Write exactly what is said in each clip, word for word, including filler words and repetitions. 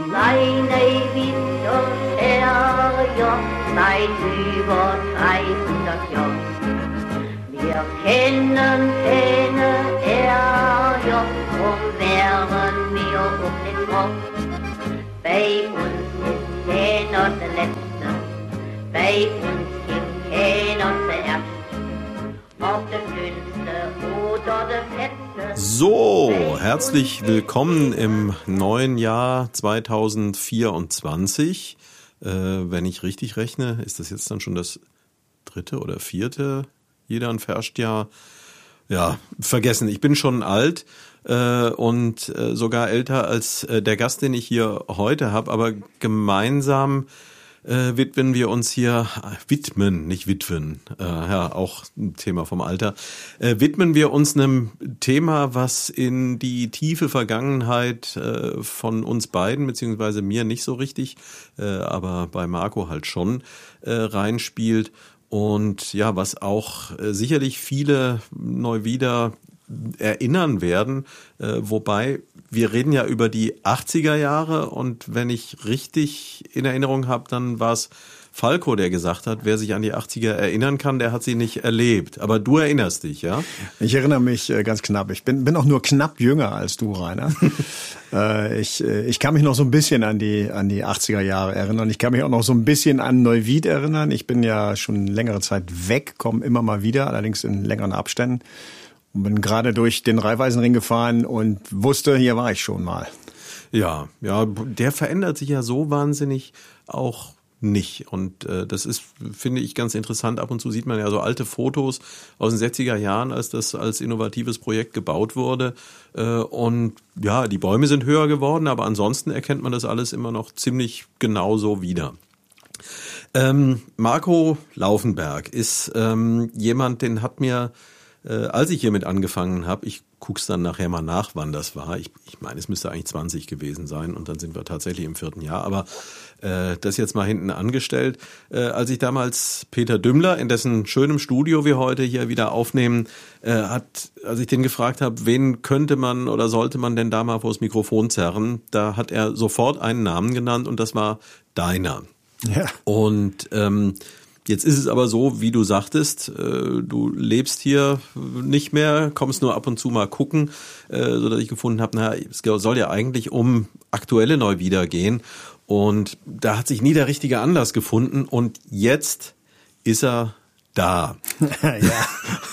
Seine Winterferien seit über dreihundert Jahren. Wir kennen keine Ärger, drum wären wir auch nicht froh. Bei uns ist keiner der Letzte, bei uns gibt keiner zuerst. Ob der Dünnste oder der Fetzte. So, herzlich willkommen im neuen Jahr zweitausendvierundzwanzig. Äh, wenn ich richtig rechne, ist das jetzt dann schon das dritte oder vierte Jeder ein Verstjahr. Ja, vergessen, ich bin schon alt äh, und äh, sogar älter als äh, der Gast, den ich hier heute habe, aber gemeinsam Äh, widmen wir uns hier, widmen, nicht witwen, äh, ja, auch ein Thema vom Alter, äh, widmen wir uns einem Thema, was in die tiefe Vergangenheit äh, von uns beiden, beziehungsweise mir nicht so richtig, äh, aber bei Marco halt schon äh, reinspielt und ja, was auch äh, sicherlich viele neu wieder erinnern werden, äh, wobei wir reden ja über die achtziger Jahre und wenn ich richtig in Erinnerung habe, dann war es Falco, der gesagt hat, wer sich an die achtziger erinnern kann, der hat sie nicht erlebt. Aber du erinnerst dich, ja? Ich erinnere mich äh, ganz knapp. Ich bin, bin auch nur knapp jünger als du, Rainer. äh, ich, äh, ich kann mich noch so ein bisschen an die, an die achtziger Jahre erinnern. Ich kann mich auch noch so ein bisschen an Neuwied erinnern. Ich bin ja schon längere Zeit weg, komme immer mal wieder, allerdings in längeren Abständen. Und bin gerade durch den Raiffeisenring gefahren und wusste, hier war ich schon mal. Ja, ja, der verändert sich ja so wahnsinnig auch nicht. Und äh, das ist, finde ich, ganz interessant. Ab und zu sieht man ja so alte Fotos aus den sechziger Jahren, als das als innovatives Projekt gebaut wurde. Äh, und ja, die Bäume sind höher geworden, aber ansonsten erkennt man das alles immer noch ziemlich genauso wieder. Ähm, Marco Laufenberg ist ähm, jemand, den hat mir Äh, als ich hiermit angefangen habe, ich guck's dann nachher mal nach, wann das war. Ich, ich meine, es müsste eigentlich zwanzig gewesen sein und dann sind wir tatsächlich im vierten Jahr. Aber äh, das jetzt mal hinten angestellt. Äh, als ich damals Peter Dümmler in dessen schönem Studio wir heute hier wieder aufnehmen, äh, hat, als ich den gefragt habe, wen könnte man oder sollte man denn da mal vors Mikrofon zerren, da hat er sofort einen Namen genannt und das war deiner. Ja. Und ähm, jetzt ist es aber so, wie du sagtest, äh, du lebst hier nicht mehr, kommst nur ab und zu mal gucken, äh, sodass ich gefunden habe, na, es soll ja eigentlich um aktuelle Neuwieder gehen. Und da hat sich nie der richtige Anlass gefunden und jetzt ist er da. Ja.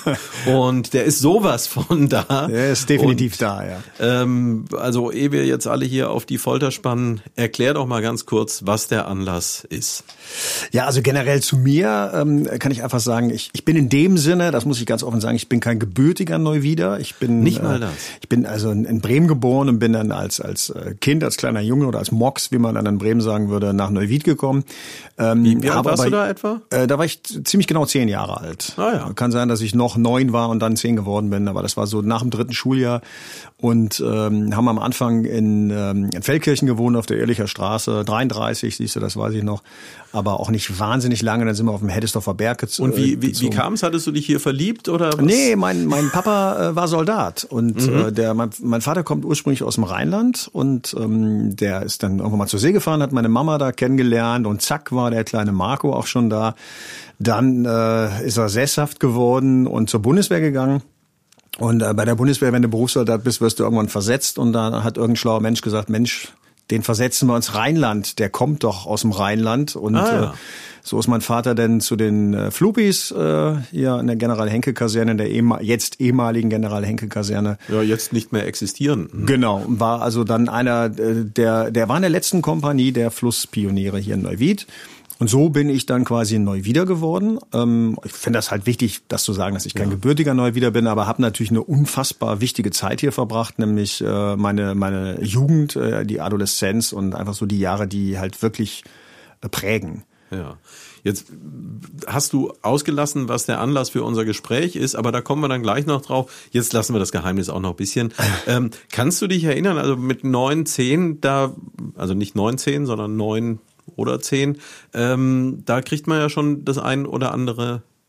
Und der ist sowas von da. Der ist definitiv und, da, ja. Ähm, also ehe wir jetzt alle hier auf die Folter spannen, erklär doch mal ganz kurz, was der Anlass ist. Ja, also generell zu mir ähm, kann ich einfach sagen, ich, ich bin in dem Sinne, das muss ich ganz offen sagen, ich bin kein gebürtiger Neuwieder. Ich bin nicht mal das. Äh, ich bin also in, in Bremen geboren und bin dann als als Kind, als kleiner Junge oder als Mox, wie man dann in Bremen sagen würde, nach Neuwied gekommen. Ähm, wie wie alt warst du da etwa? Äh, da war ich ziemlich genau zehn Jahre alt. Ah, ja. Kann sein, dass ich noch neun war und dann zehn geworden bin, aber das war so nach dem dritten Schuljahr und ähm, haben am Anfang in, ähm, in Feldkirchen gewohnt auf der Ehrlicher Straße, dreiunddreißig, siehst du, das weiß ich noch, aber auch nicht wahnsinnig lange, dann sind wir auf dem Heddesdorfer Berg gezogen. Und wie, wie, wie kam es? Hattest du dich hier verliebt oder was? Nee, mein, mein Papa äh, war Soldat und Mhm. äh, der, mein, mein Vater kommt ursprünglich aus dem Rheinland und ähm, der ist dann irgendwann mal zur See gefahren, hat meine Mama da kennengelernt und zack war der kleine Marco auch schon da. Dann äh, ist er sesshaft geworden und zur Bundeswehr gegangen. Und äh, bei der Bundeswehr, wenn du Berufssoldat bist, wirst du irgendwann versetzt. Und dann hat irgendein schlauer Mensch gesagt, Mensch, den versetzen wir ins Rheinland. Der kommt doch aus dem Rheinland. Und ah, ja. äh, so ist mein Vater dann zu den äh, Flupis äh, hier in der General-Henke-Kaserne, in der ehem- jetzt ehemaligen General-Henke-Kaserne. Ja, jetzt nicht mehr existieren. Mhm. Genau, war also dann einer, äh, der, der war in der letzten Kompanie der Flusspioniere hier in Neuwied. Und so bin ich dann quasi ein Neuwieder geworden. Ähm, ich finde das halt wichtig, das zu sagen, dass ich kein ja. gebürtiger Neuwieder bin, aber habe natürlich eine unfassbar wichtige Zeit hier verbracht, nämlich äh, meine meine Jugend, äh, die Adoleszenz und einfach so die Jahre, die halt wirklich äh, prägen. Ja. Jetzt hast du ausgelassen, was der Anlass für unser Gespräch ist, aber da kommen wir dann gleich noch drauf. Jetzt lassen wir das Geheimnis auch noch ein bisschen. Ähm, kannst du dich erinnern, also mit neun, zehn, da, also nicht neun, zehn, sondern neun oder zehn, ähm, da kriegt man ja schon das ein oder andere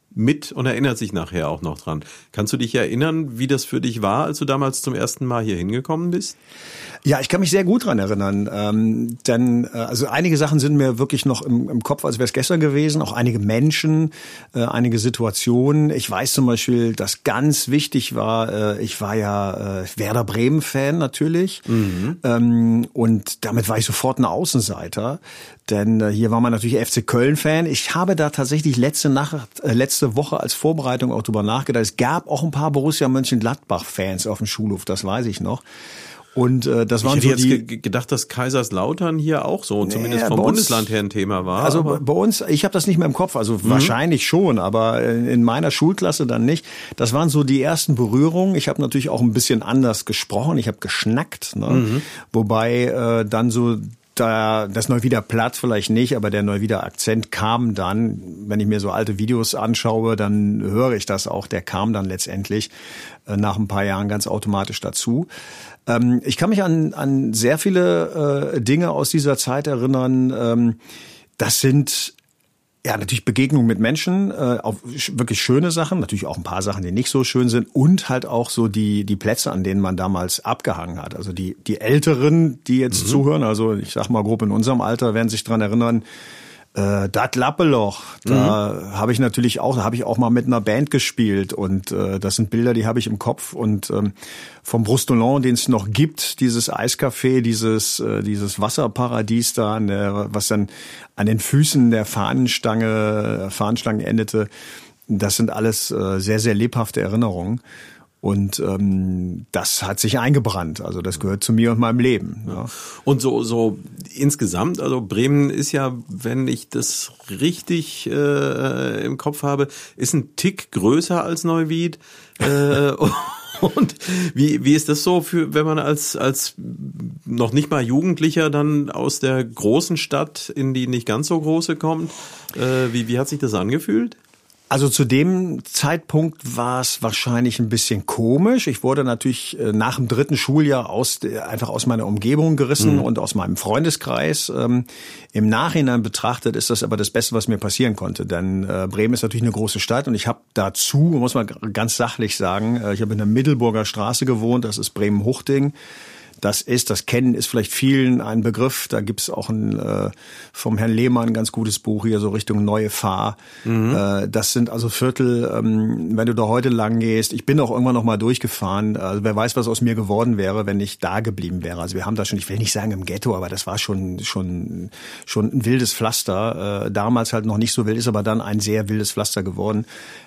mit und erinnert sich nachher auch noch dran. Kannst du dich erinnern, wie das für dich war, als du damals zum ersten Mal hier hingekommen bist? Ja, ich kann mich sehr gut dran erinnern, ähm, denn äh, also einige Sachen sind mir wirklich noch im, im Kopf, als wäre es gestern gewesen, auch einige Menschen, äh, einige Situationen. Ich weiß zum Beispiel, dass ganz wichtig war, äh, ich war ja äh, Werder Bremen-Fan natürlich, mhm. ähm, und damit war ich sofort ein Außenseiter, denn äh, hier war man natürlich F C Köln-Fan. Ich habe da tatsächlich letzte Nacht, äh, letzte Woche als Vorbereitung auch drüber nachgedacht. Es gab auch ein paar Borussia Mönchengladbach-Fans auf dem Schulhof, das weiß ich noch. Und äh, das waren ich hätte so jetzt die, ge- gedacht, dass Kaiserslautern hier auch so, nee, zumindest vom uns, Bundesland her ein Thema war. Also aber bei uns, ich habe das nicht mehr im Kopf, also mhm. wahrscheinlich schon, aber in meiner Schulklasse dann nicht. Das waren so die ersten Berührungen. Ich habe natürlich auch ein bisschen anders gesprochen, ich habe geschnackt, ne? Mhm. Wobei äh, dann so da das Neuwieder Platt vielleicht nicht, aber der Neuwieder Akzent kam dann, wenn ich mir so alte Videos anschaue, dann höre ich das auch, der kam dann letztendlich äh, nach ein paar Jahren ganz automatisch dazu. Ähm, ich kann mich an, an sehr viele äh, Dinge aus dieser Zeit erinnern. Ähm, das sind ja natürlich Begegnungen mit Menschen, äh, auch wirklich schöne Sachen, natürlich auch ein paar Sachen, die nicht so schön sind und halt auch so die die Plätze, an denen man damals abgehangen hat. Also die die Älteren, die jetzt mhm. zuhören, also ich sag mal grob in unserem Alter, werden sich dran erinnern, äh, das Lappeloch, da mhm. habe ich natürlich auch, da habe ich auch mal mit einer Band gespielt und äh, das sind Bilder, die habe ich im Kopf und ähm, vom Brustolon, den es noch gibt, dieses Eiscafé, dieses äh, dieses Wasserparadies da, an der, was dann an den Füßen der Fahnenstange, Fahnenstangen endete, das sind alles äh, sehr, sehr lebhafte Erinnerungen. Und ähm, das hat sich eingebrannt. Also das gehört zu mir und meinem Leben. Ja. Und so so insgesamt, also Bremen ist ja, wenn ich das richtig äh, im Kopf habe, ist ein Tick größer als Neuwied. äh, und wie wie ist das so, für wenn man als als noch nicht mal Jugendlicher dann aus der großen Stadt in die nicht ganz so große kommt? Äh, wie wie hat sich das angefühlt? Also zu dem Zeitpunkt war es wahrscheinlich ein bisschen komisch. Ich wurde natürlich nach dem dritten Schuljahr aus einfach aus meiner Umgebung gerissen mhm. und aus meinem Freundeskreis. Ähm, im Nachhinein betrachtet ist das aber das Beste, was mir passieren konnte. Denn äh, Bremen ist natürlich eine große Stadt und ich habe dazu, muss man ganz sachlich sagen, äh, ich habe in der Middelburger Straße gewohnt, das ist Bremen-Huchting. Das ist, das Kennen ist vielleicht vielen ein Begriff. Da gibt's auch ein äh, vom Herrn Lehmann ein ganz gutes Buch hier, so Richtung Neue Fahr. Mhm. Äh, das sind also Viertel, ähm, wenn du da heute lang gehst. Ich bin auch irgendwann noch mal durchgefahren. Also wer weiß, was aus mir geworden wäre, wenn ich da geblieben wäre. Also wir haben da schon, ich will nicht sagen im Ghetto, aber das war schon schon schon ein wildes Pflaster. Äh, damals halt noch nicht so wild, ist aber dann ein sehr wildes Pflaster geworden.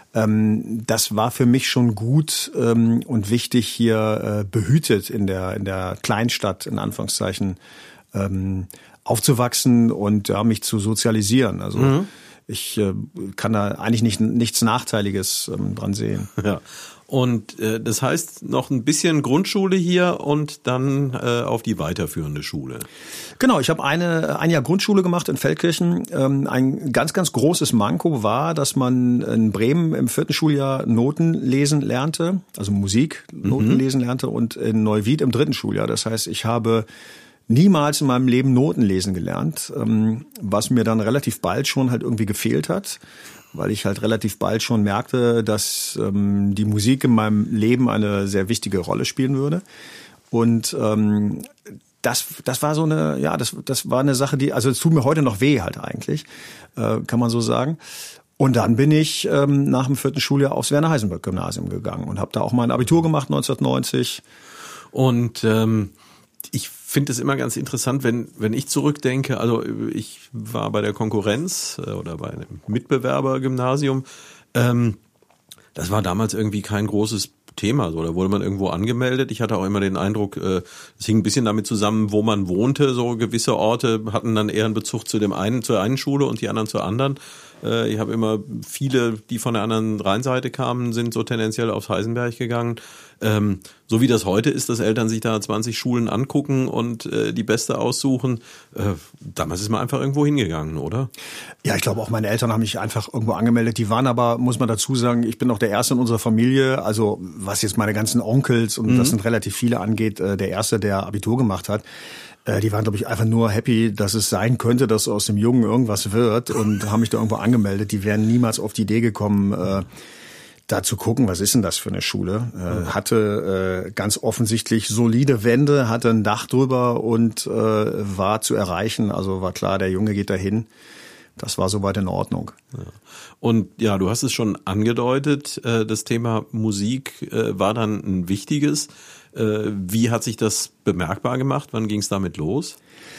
Ähm, das war für mich schon gut ähm, und wichtig, hier äh, behütet in der in der Kleinstadt in Anführungszeichen ähm, aufzuwachsen und ja, mich zu sozialisieren. Also mhm. ich äh, kann da eigentlich nicht, nichts Nachteiliges ähm, dran sehen. Ja. Und äh, das heißt noch ein bisschen Grundschule hier und dann äh, auf die weiterführende Schule. Genau, ich habe eine ein Jahr Grundschule gemacht in Feldkirchen. Ähm, ein ganz, ganz großes Manko war, dass man in Bremen im vierten Schuljahr Noten lesen lernte, also Musik Noten mhm. lesen lernte und in Neuwied im dritten Schuljahr. Das heißt, ich habe niemals in meinem Leben Noten lesen gelernt, ähm, was mir dann relativ bald schon halt irgendwie gefehlt hat. Weil ich halt relativ bald schon merkte, dass ähm, die Musik in meinem Leben eine sehr wichtige Rolle spielen würde. Und ähm, das das war so eine, ja, das das war eine Sache, die, also es tut mir heute noch weh halt eigentlich, äh, kann man so sagen. Und dann bin ich ähm, nach dem vierten Schuljahr aufs Werner-Heisenberg-Gymnasium gegangen und habe da auch mein Abitur gemacht neunzehnhundertneunzig. Und ähm, ich finde es immer ganz interessant, wenn wenn ich zurückdenke, also ich war bei der Konkurrenz oder bei einem Mitbewerbergymnasium, ähm, das war damals irgendwie kein großes Thema, so, da wurde man irgendwo angemeldet. Ich hatte auch immer den Eindruck, es hing ein bisschen damit zusammen, wo man wohnte, so gewisse Orte hatten dann eher einen Bezug zu dem einen, zur einen Schule und die anderen zur anderen. Ich habe immer viele, die von der anderen Rheinseite kamen, sind so tendenziell aufs Heisenberg gegangen. Ähm, so wie das heute ist, dass Eltern sich da zwanzig Schulen angucken und äh, die beste aussuchen. Äh, damals ist man einfach irgendwo hingegangen, oder? Ja, ich glaube auch meine Eltern haben mich einfach irgendwo angemeldet. Die waren aber, muss man dazu sagen, ich bin auch der Erste in unserer Familie, also was jetzt meine ganzen Onkels und mhm. das sind relativ viele angeht, äh, der Erste, der Abitur gemacht hat. Äh, die waren, glaube ich, einfach nur happy, dass es sein könnte, dass aus dem Jungen irgendwas wird und haben mich da irgendwo angemeldet. Die wären niemals auf die Idee gekommen, äh, da zu gucken, was ist denn das für eine Schule. Äh, hatte äh, ganz offensichtlich solide Wände, hatte ein Dach drüber und äh, war zu erreichen. Also war klar, der Junge geht dahin. Das war soweit in Ordnung. Ja. Und ja, du hast es schon angedeutet, äh, das Thema Musik äh, war dann ein wichtiges. Äh, wie hat sich das bemerkbar gemacht? Wann ging es damit los?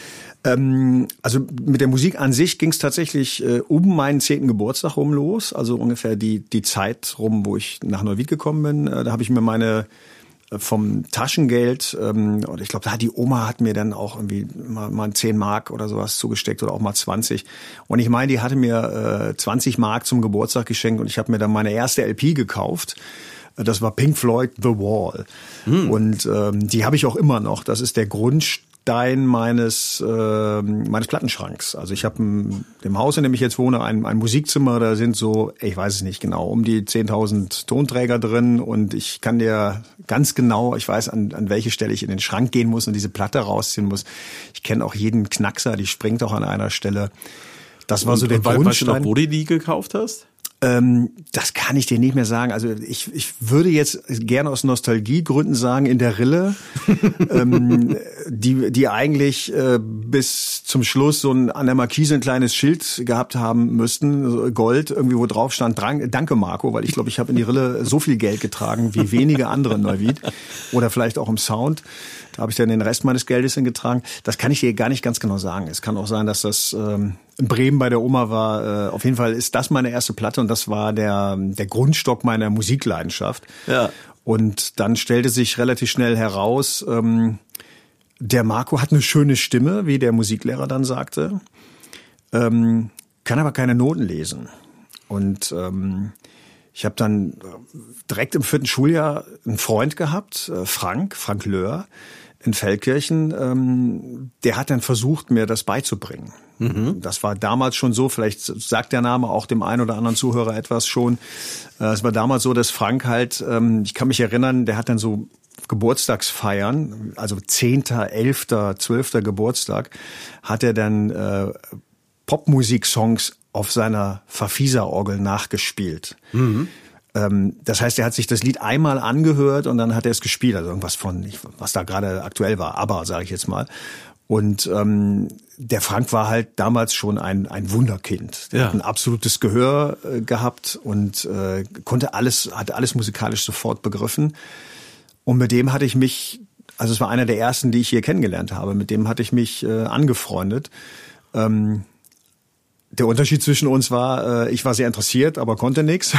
Ähm, also mit der Musik an sich ging es tatsächlich äh, um meinen zehnten Geburtstag rum los. Also ungefähr die die Zeit rum, wo ich nach Neuwied gekommen bin. Äh, da habe ich mir meine vom Taschengeld, ähm, und ich glaube, da hat die Oma hat mir dann auch irgendwie mal, mal zehn Mark oder sowas zugesteckt oder auch mal zwanzig. Und ich meine, die hatte mir äh, zwanzig Mark zum Geburtstag geschenkt und ich habe mir dann meine erste L P gekauft. Das war Pink Floyd, The Wall. Hm. Und ähm, die habe ich auch immer noch. Das ist der Grundstein meines äh, meines Plattenschranks. Also ich habe im Haus, in dem ich jetzt wohne, ein, ein Musikzimmer. Da sind so, ich weiß es nicht genau, um die zehntausend Tonträger drin. Und ich kann dir ganz genau, ich weiß, an, an welche Stelle ich in den Schrank gehen muss und diese Platte rausziehen muss. Ich kenne auch jeden Knackser, die springt auch an einer Stelle. Das war und, so der und Grundstein. Weißt du noch, wo du die gekauft hast? Ähm, das kann ich dir nicht mehr sagen. Also ich, ich würde jetzt gerne aus Nostalgiegründen sagen, in der Rille, ähm, die, die eigentlich äh, bis zum Schluss so ein, an der Markise ein kleines Schild gehabt haben müssten, Gold, irgendwie wo drauf stand, danke Marco, weil ich glaube, ich habe in die Rille so viel Geld getragen wie wenige andere in Neuwied oder vielleicht auch im Sound. Da habe ich dann den Rest meines Geldes hingetragen. Das kann ich dir gar nicht ganz genau sagen. Es kann auch sein, dass das ähm, in Bremen bei der Oma war. Äh, auf jeden Fall ist das meine erste Platte und das war der der Grundstock meiner Musikleidenschaft. Ja. Und dann stellte sich relativ schnell heraus, ähm, der Marco hat eine schöne Stimme, wie der Musiklehrer dann sagte, ähm, kann aber keine Noten lesen. Und ähm, ich habe dann direkt im vierten Schuljahr einen Freund gehabt, Frank, Frank Löhr in Feldkirchen. Ähm, der hat dann versucht, mir das beizubringen. Mhm. Das war damals schon so, vielleicht sagt der Name auch dem einen oder anderen Zuhörer etwas schon. Es war damals so, dass Frank halt, ähm, ich kann mich erinnern, der hat dann so Geburtstagsfeiern, also zehnter, elfter, zwölfter Geburtstag, hat er dann äh, Popmusik-Songs auf seiner Verfieser-Orgel nachgespielt. Mhm. Ähm, das heißt, er hat sich das Lied einmal angehört und dann hat er es gespielt, also irgendwas von, was da gerade aktuell war, aber sage ich jetzt mal. Und ähm, der Frank war halt damals schon ein ein Wunderkind. Der ja. hat ein absolutes Gehör äh, gehabt und äh, konnte alles, hat alles musikalisch sofort begriffen. Und mit dem hatte ich mich, also es war einer der ersten, die ich hier kennengelernt habe, mit dem hatte ich mich äh, angefreundet. Ähm, Der Unterschied zwischen uns war, äh, ich war sehr interessiert, aber konnte nichts.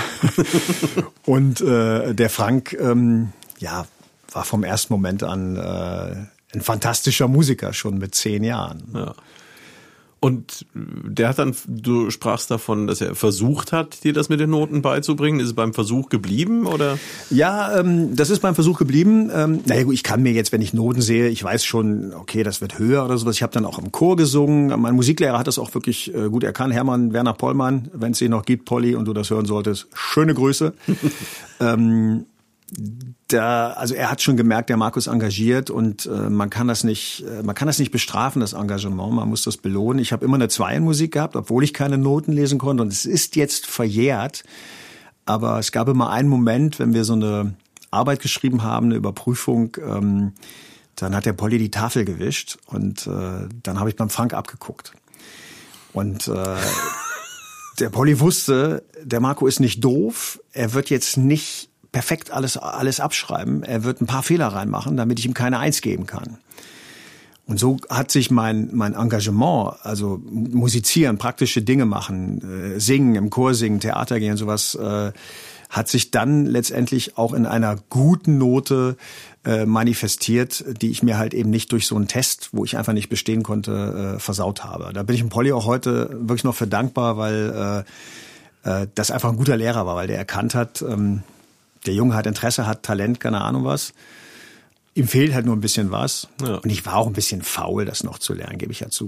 Und äh, der Frank, ähm, ja, war vom ersten Moment an äh, ein fantastischer Musiker, schon mit zehn Jahren. Ja. Und der hat dann, du sprachst davon, dass er versucht hat, dir das mit den Noten beizubringen. Ist es beim Versuch geblieben, oder? Ja, ähm, das ist beim Versuch geblieben. Ähm, naja gut, ich kann mir jetzt, wenn ich Noten sehe, ich weiß schon, okay, das wird höher oder sowas. Ich habe dann auch im Chor gesungen. Mein Musiklehrer hat das auch wirklich äh, gut erkannt. Hermann Werner Pollmann, wenn es ihn noch gibt, Polly, und du das hören solltest, schöne Grüße. ähm, Da, also er hat schon gemerkt, der Markus engagiert und äh, man kann das nicht, äh, man kann das nicht bestrafen, das Engagement, man muss das belohnen. Ich habe immer eine zwei in Musik gehabt, obwohl ich keine Noten lesen konnte und es ist jetzt verjährt, aber es gab immer einen Moment, wenn wir so eine Arbeit geschrieben haben, eine Überprüfung, ähm, dann hat der Polly die Tafel gewischt und äh, dann habe ich beim Frank abgeguckt und äh, der Polly wusste, der Marco ist nicht doof, er wird jetzt nicht perfekt alles alles abschreiben. Er wird ein paar Fehler reinmachen, damit ich ihm keine Eins geben kann. Und so hat sich mein mein Engagement, also musizieren, praktische Dinge machen, äh, singen, im Chor singen, Theater gehen, sowas, äh, hat sich dann letztendlich auch in einer guten Note äh, manifestiert, die ich mir halt eben nicht durch so einen Test, wo ich einfach nicht bestehen konnte, äh, versaut habe. Da bin ich dem Polly auch heute wirklich noch für dankbar, weil äh, äh, das einfach ein guter Lehrer war, weil der erkannt hat, ähm, der Junge hat Interesse, hat Talent, keine Ahnung was. ihm fehlt halt nur ein bisschen was. Ja. Und ich war auch ein bisschen faul, das noch zu lernen, gebe ich ja zu.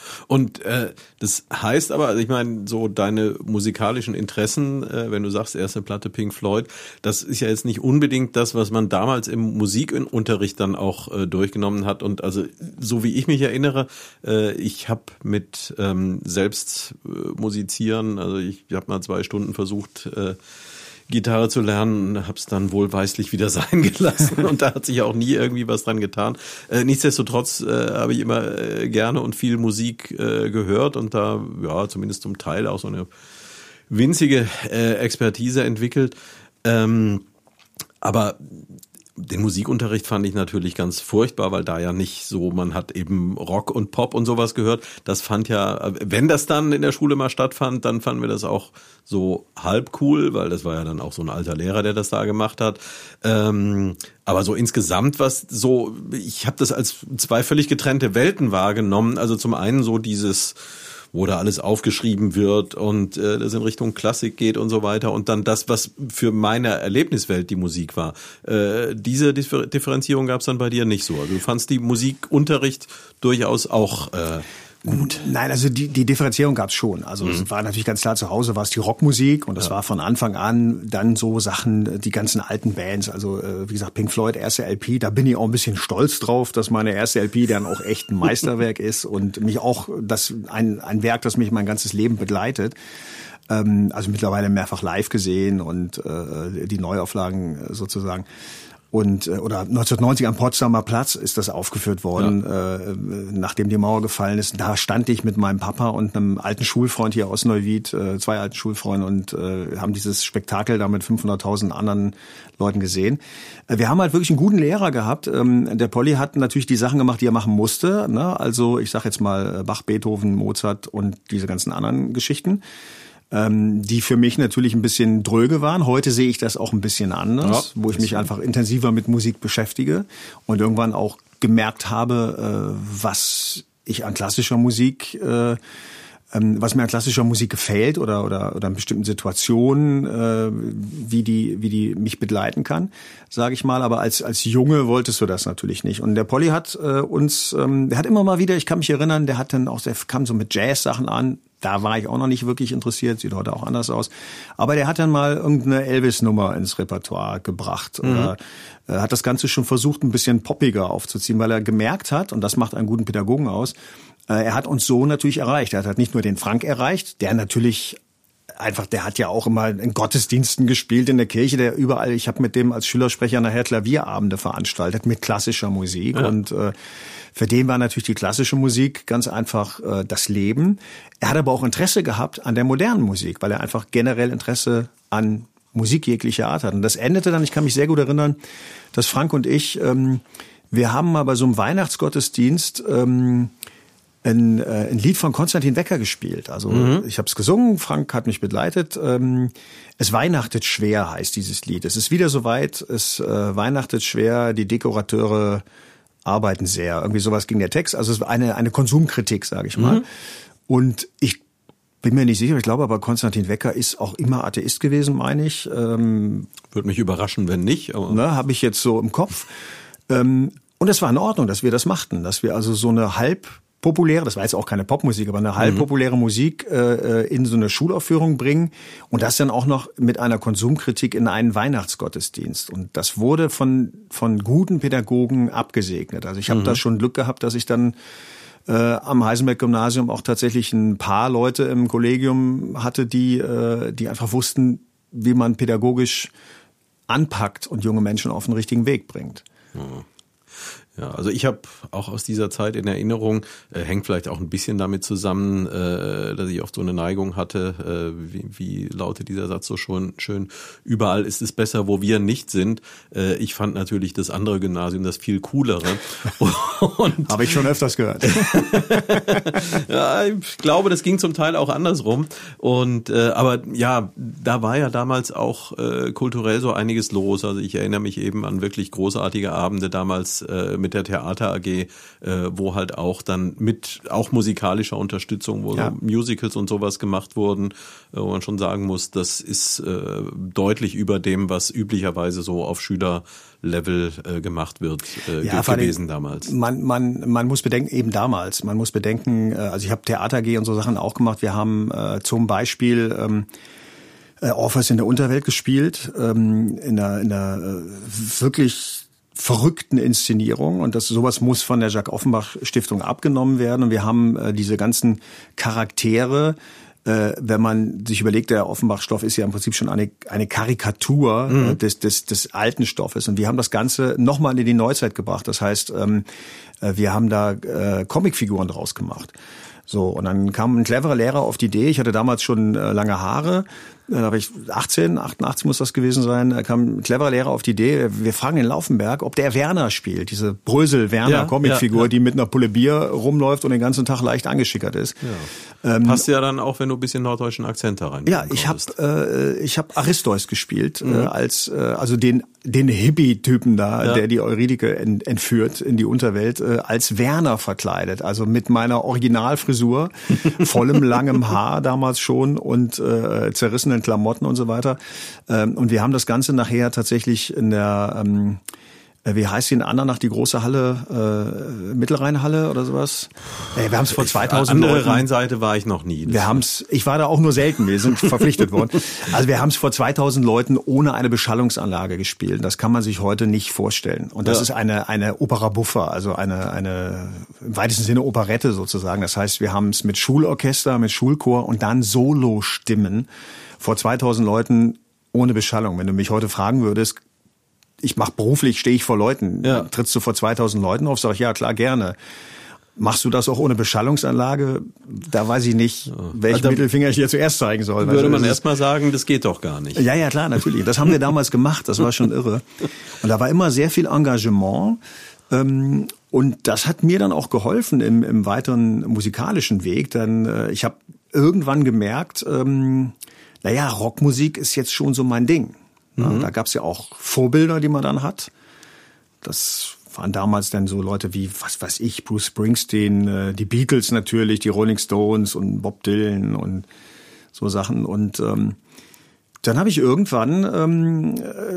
Und äh, das heißt aber, also ich meine, so deine musikalischen Interessen, äh, wenn du sagst, erste Platte Pink Floyd, das ist ja jetzt nicht unbedingt das, was man damals im Musikunterricht dann auch äh, durchgenommen hat. Und also so wie ich mich erinnere, äh, ich habe mit ähm, selbst äh, musizieren, also ich, ich habe mal zwei Stunden versucht, äh, Gitarre zu lernen, habe es dann wohlweislich wieder sein gelassen und da hat sich auch nie irgendwie was dran getan. Äh, nichtsdestotrotz äh, habe ich immer äh, gerne und viel Musik äh, gehört und da ja zumindest zum Teil auch so eine winzige äh, Expertise entwickelt. Ähm, aber den Musikunterricht fand ich natürlich ganz furchtbar, weil da ja nicht so, man hat eben Rock und Pop und sowas gehört. Das fand ja, wenn das dann in der Schule mal stattfand, dann fanden wir das auch so halb cool, weil das war ja dann auch so ein alter Lehrer, der das da gemacht hat. Ähm, aber so insgesamt was so, ich habe das als zwei völlig getrennte Welten wahrgenommen. Also zum einen so dieses, wo da alles aufgeschrieben wird und äh, das in Richtung Klassik geht und so weiter. Und dann das, was für meine Erlebniswelt die Musik war. Äh, diese Differ- Differenzierung gab es dann bei dir nicht so. Also du fandst die Musikunterricht durchaus auch äh, gut. Nein, also die, die Differenzierung gab es schon. Also mhm. es war natürlich ganz klar, zu Hause war es die Rockmusik und das ja. war von Anfang an dann so Sachen, die ganzen alten Bands, also äh, wie gesagt Pink Floyd, erste L P, da bin ich auch ein bisschen stolz drauf, dass meine erste L P dann auch echt ein Meisterwerk ist und mich auch, das ein, ein Werk, das mich mein ganzes Leben begleitet. Ähm, also mittlerweile mehrfach live gesehen und äh, die Neuauflagen sozusagen. Und oder neunzehnhundertneunzig am Potsdamer Platz ist das aufgeführt worden, ja. äh, nachdem die Mauer gefallen ist. Da stand ich mit meinem Papa und einem alten Schulfreund hier aus Neuwied, äh, zwei alten Schulfreunden und äh, haben dieses Spektakel da mit fünfhunderttausend anderen Leuten gesehen. Äh, wir haben halt wirklich einen guten Lehrer gehabt. Ähm, der Polly hat natürlich die Sachen gemacht, die er machen musste. Ne? Also ich sag jetzt mal Bach, Beethoven, Mozart und diese ganzen anderen Geschichten. Ähm, die für mich natürlich ein bisschen dröge waren. Heute sehe ich das auch ein bisschen anders, ja, wo ich mich einfach intensiver mit Musik beschäftige und irgendwann auch gemerkt habe, äh, was ich an klassischer Musik, äh, ähm, was mir an klassischer Musik gefällt oder oder oder in bestimmten Situationen, äh, wie die wie die mich begleiten kann, sage ich mal. Aber als als Junge wolltest du das natürlich nicht. Und der Polly hat äh, uns, ähm, der hat immer mal wieder, ich kann mich erinnern, der hat dann auch, der kam so mit Jazz-Sachen an. Da war ich auch noch nicht wirklich interessiert, sieht heute auch anders aus. Aber der hat dann mal irgendeine Elvis-Nummer ins Repertoire gebracht. Mhm. Oder äh, hat das Ganze schon versucht, ein bisschen poppiger aufzuziehen, weil er gemerkt hat, und das macht einen guten Pädagogen aus, äh, er hat uns so natürlich erreicht. Er hat halt nicht nur den Frank erreicht, der natürlich einfach, der hat ja auch immer in Gottesdiensten gespielt in der Kirche, der überall, ich habe mit dem als Schülersprecher nachher Klavierabende veranstaltet mit klassischer Musik. Ja. Und äh, für den war natürlich die klassische Musik ganz einfach äh, das Leben. Er hat aber auch Interesse gehabt an der modernen Musik, weil er einfach generell Interesse an Musik jeglicher Art hat. Und das endete dann, ich kann mich sehr gut erinnern, dass Frank und ich, ähm, wir haben mal bei so einem Weihnachtsgottesdienst ähm, ein, äh, ein Lied von Konstantin Wecker gespielt. Also mhm. ich habe es gesungen, Frank hat mich begleitet. Ähm, es weihnachtet schwer heißt dieses Lied. Es ist wieder soweit, es äh, weihnachtet schwer, die Dekorateure arbeiten sehr. Irgendwie sowas ging der Text. Also es war eine, eine Konsumkritik, sage ich mal. Mhm. Und ich bin mir nicht sicher, ich glaube aber Konstantin Wecker ist auch immer Atheist gewesen, meine ich. Ähm, Würde mich überraschen, wenn nicht. Aber ne, habe ich jetzt so im Kopf. Ähm, und es war in Ordnung, dass wir das machten. Dass wir also so eine halb populäre, das war jetzt auch keine Popmusik, aber eine halb populäre mhm. Musik äh, in so eine Schulaufführung bringen und das dann auch noch mit einer Konsumkritik in einen Weihnachtsgottesdienst. Und das wurde von von guten Pädagogen abgesegnet. Also ich habe mhm. da schon Glück gehabt, dass ich dann äh, am Heisenberg-Gymnasium auch tatsächlich ein paar Leute im Kollegium hatte, die äh, die einfach wussten, wie man pädagogisch anpackt und junge Menschen auf den richtigen Weg bringt. Mhm. Ja, also ich habe auch aus dieser Zeit in Erinnerung, äh, hängt vielleicht auch ein bisschen damit zusammen, äh, dass ich oft so eine Neigung hatte, äh, wie, wie lautet dieser Satz so schon schön, überall ist es besser, wo wir nicht sind. Äh, ich fand natürlich das andere Gymnasium das viel coolere. Habe ich schon öfters gehört. Ja, ich glaube, das ging zum Teil auch andersrum. Und äh, aber ja, da war ja damals auch äh, kulturell so einiges los. Also ich erinnere mich eben an wirklich großartige Abende damals äh, mit mit der Theater A G, äh, wo halt auch dann mit auch musikalischer Unterstützung, wo ja. so Musicals und sowas gemacht wurden, äh, wo man schon sagen muss, das ist äh, deutlich über dem, was üblicherweise so auf Schülerlevel äh, gemacht wird, äh, ja, ge- gewesen damals. Man, man, man muss bedenken, eben damals, man muss bedenken, äh, also ich habe Theater A G und so Sachen auch gemacht. Wir haben äh, zum Beispiel ähm, äh, Orpheus in der Unterwelt gespielt, ähm, in einer, in einer äh, wirklich verrückten Inszenierung, und das sowas muss von der Jacques Offenbach Stiftung abgenommen werden, und wir haben äh, diese ganzen Charaktere, äh, wenn man sich überlegt, der Offenbach-Stoff ist ja im Prinzip schon eine eine Karikatur mhm. äh, des des des alten Stoffes, und wir haben das Ganze nochmal in die Neuzeit gebracht. Das heißt, ähm, äh, wir haben da äh, Comicfiguren draus gemacht. So, und dann kam ein cleverer Lehrer auf die Idee, ich hatte damals schon äh, lange Haare, da habe ich achtzehn, achtundachtzig muss das gewesen sein, da kam ein cleverer Lehrer auf die Idee, wir fragen den Laufenberg, ob der Werner spielt, diese Brösel-Werner-Comicfigur, ja, ja, ja. die mit einer Pulle Bier rumläuft und den ganzen Tag leicht angeschickert ist. Ja. Ähm, Passt ja dann auch, wenn du ein bisschen norddeutschen Akzent da rein. Ja, ich habe äh, ich habe Aristois gespielt, mhm. äh, als äh, also den den Hippie-Typen da, ja. der die Eurydike ent, entführt in die Unterwelt, äh, als Werner verkleidet, also mit meiner Originalfrisur, vollem langem Haar damals schon und äh, zerrissenen Klamotten und so weiter. Ähm, und wir haben das Ganze nachher tatsächlich in der ähm, wie heißt die in Andernach, die große Halle, äh, Mittelrheinhalle oder sowas? Äh, wir haben es vor zweitausend Andere Leuten. Rheinseite war ich noch nie. Wir haben's, ich war da auch nur selten, wir sind verpflichtet worden. Also wir haben es vor zweitausend Leuten ohne eine Beschallungsanlage gespielt. Das kann man sich heute nicht vorstellen. Und das ja. ist eine eine Opera buffa, also eine eine im weitesten Sinne Operette sozusagen. Das heißt, wir haben es mit Schulorchester, mit Schulchor und dann Solostimmen vor zweitausend Leuten ohne Beschallung. Wenn du mich heute fragen würdest, ich mache beruflich, stehe ich vor Leuten. Ja. Trittst du vor zweitausend Leuten auf? Sag ich, ja, klar, gerne. Machst du das auch ohne Beschallungsanlage? Da weiß ich nicht, ja. welchen also, Mittelfinger ich dir zuerst zeigen soll. Würde also, man erst mal sagen, das geht doch gar nicht. Ja, ja, klar, natürlich. Das haben wir damals gemacht. Das war schon irre. Und da war immer sehr viel Engagement. Und das hat mir dann auch geholfen im, im weiteren musikalischen Weg. Denn ich habe irgendwann gemerkt, ähm, naja, Rockmusik ist jetzt schon so mein Ding. Mhm. Da gab's ja auch Vorbilder, die man dann hat. Das waren damals dann so Leute wie, was weiß ich, Bruce Springsteen, die Beatles natürlich, die Rolling Stones und Bob Dylan und so Sachen. Und ähm, dann habe ich irgendwann ähm,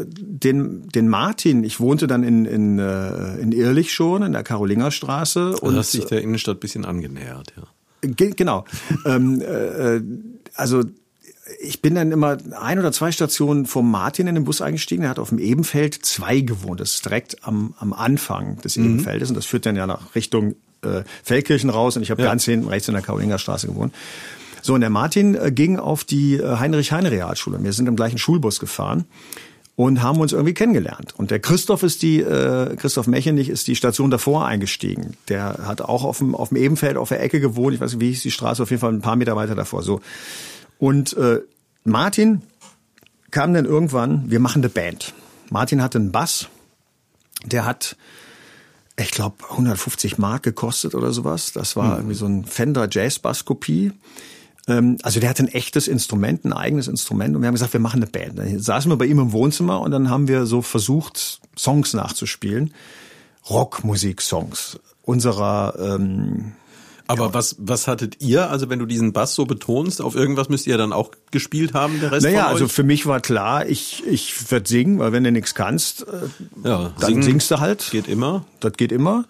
den den Martin, ich wohnte dann in in in Irlich schon, in der Karolingerstraße. Also und hast dich der Innenstadt ein bisschen angenähert, ja. Ge- genau. ähm, äh, also ich bin dann immer ein oder zwei Stationen vor Martin in den Bus eingestiegen. Er hat auf dem Ebenfeld zwei gewohnt. Das ist direkt am, am Anfang des mhm. Ebenfeldes. Und das führt dann ja nach Richtung äh, Feldkirchen raus. Und ich habe ja. ganz hinten rechts in der Karolingerstraße gewohnt. So, und der Martin äh, ging auf die äh, Heinrich-Heine-Realschule. Wir sind im gleichen Schulbus gefahren und haben uns irgendwie kennengelernt. Und der Christoph ist die, äh, Christoph Mechenich ist die Station davor eingestiegen. Der hat auch auf dem, auf dem Ebenfeld auf der Ecke gewohnt. Ich weiß nicht, wie hieß die Straße, auf jeden Fall ein paar Meter weiter davor. So. Und äh, Martin kam dann irgendwann, wir machen eine Band. Martin hatte einen Bass, der hat, ich glaube, hundertfünfzig Mark gekostet oder sowas. Das war mhm. irgendwie so ein Fender Jazz-Bass-Kopie. Ähm, also der hatte ein echtes Instrument, ein eigenes Instrument. Und wir haben gesagt, wir machen eine Band. Dann saßen wir bei ihm im Wohnzimmer und dann haben wir so versucht, Songs nachzuspielen. Rockmusik-Songs unserer... Ähm, Aber ja. was was hattet ihr, also wenn du diesen Bass so betonst, auf irgendwas müsst ihr dann auch gespielt haben, der Rest naja, von euch? Also für mich war klar, ich ich werd singen, weil wenn du nichts kannst, äh, ja, dann singst du halt. Geht immer. Das geht immer.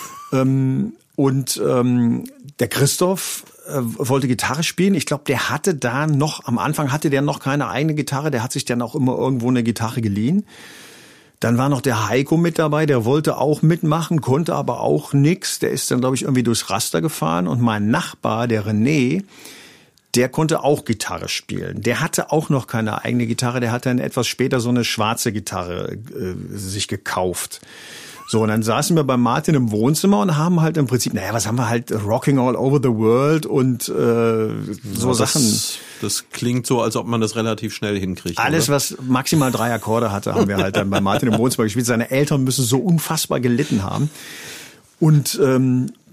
ähm, und ähm, der Christoph äh, wollte Gitarre spielen. Ich glaube, der hatte da noch, am Anfang hatte der noch keine eigene Gitarre, der hat sich dann auch immer irgendwo eine Gitarre geliehen. Dann war noch der Heiko mit dabei, der wollte auch mitmachen, konnte aber auch nix. Der ist dann, glaube ich, irgendwie durchs Raster gefahren. Und mein Nachbar, der René, der konnte auch Gitarre spielen. Der hatte auch noch keine eigene Gitarre. Der hat dann etwas später so eine schwarze Gitarre äh, sich gekauft. So, und dann saßen wir bei Martin im Wohnzimmer und haben halt im Prinzip, naja, was haben wir halt, Rocking All Over the World und äh, so ja, Sachen. Das, das klingt so, als ob man das relativ schnell hinkriegt. Alles, oder? Was maximal drei Akkorde hatte, haben wir halt dann bei Martin im Wohnzimmer gespielt. Seine Eltern müssen so unfassbar gelitten haben. Und ähm,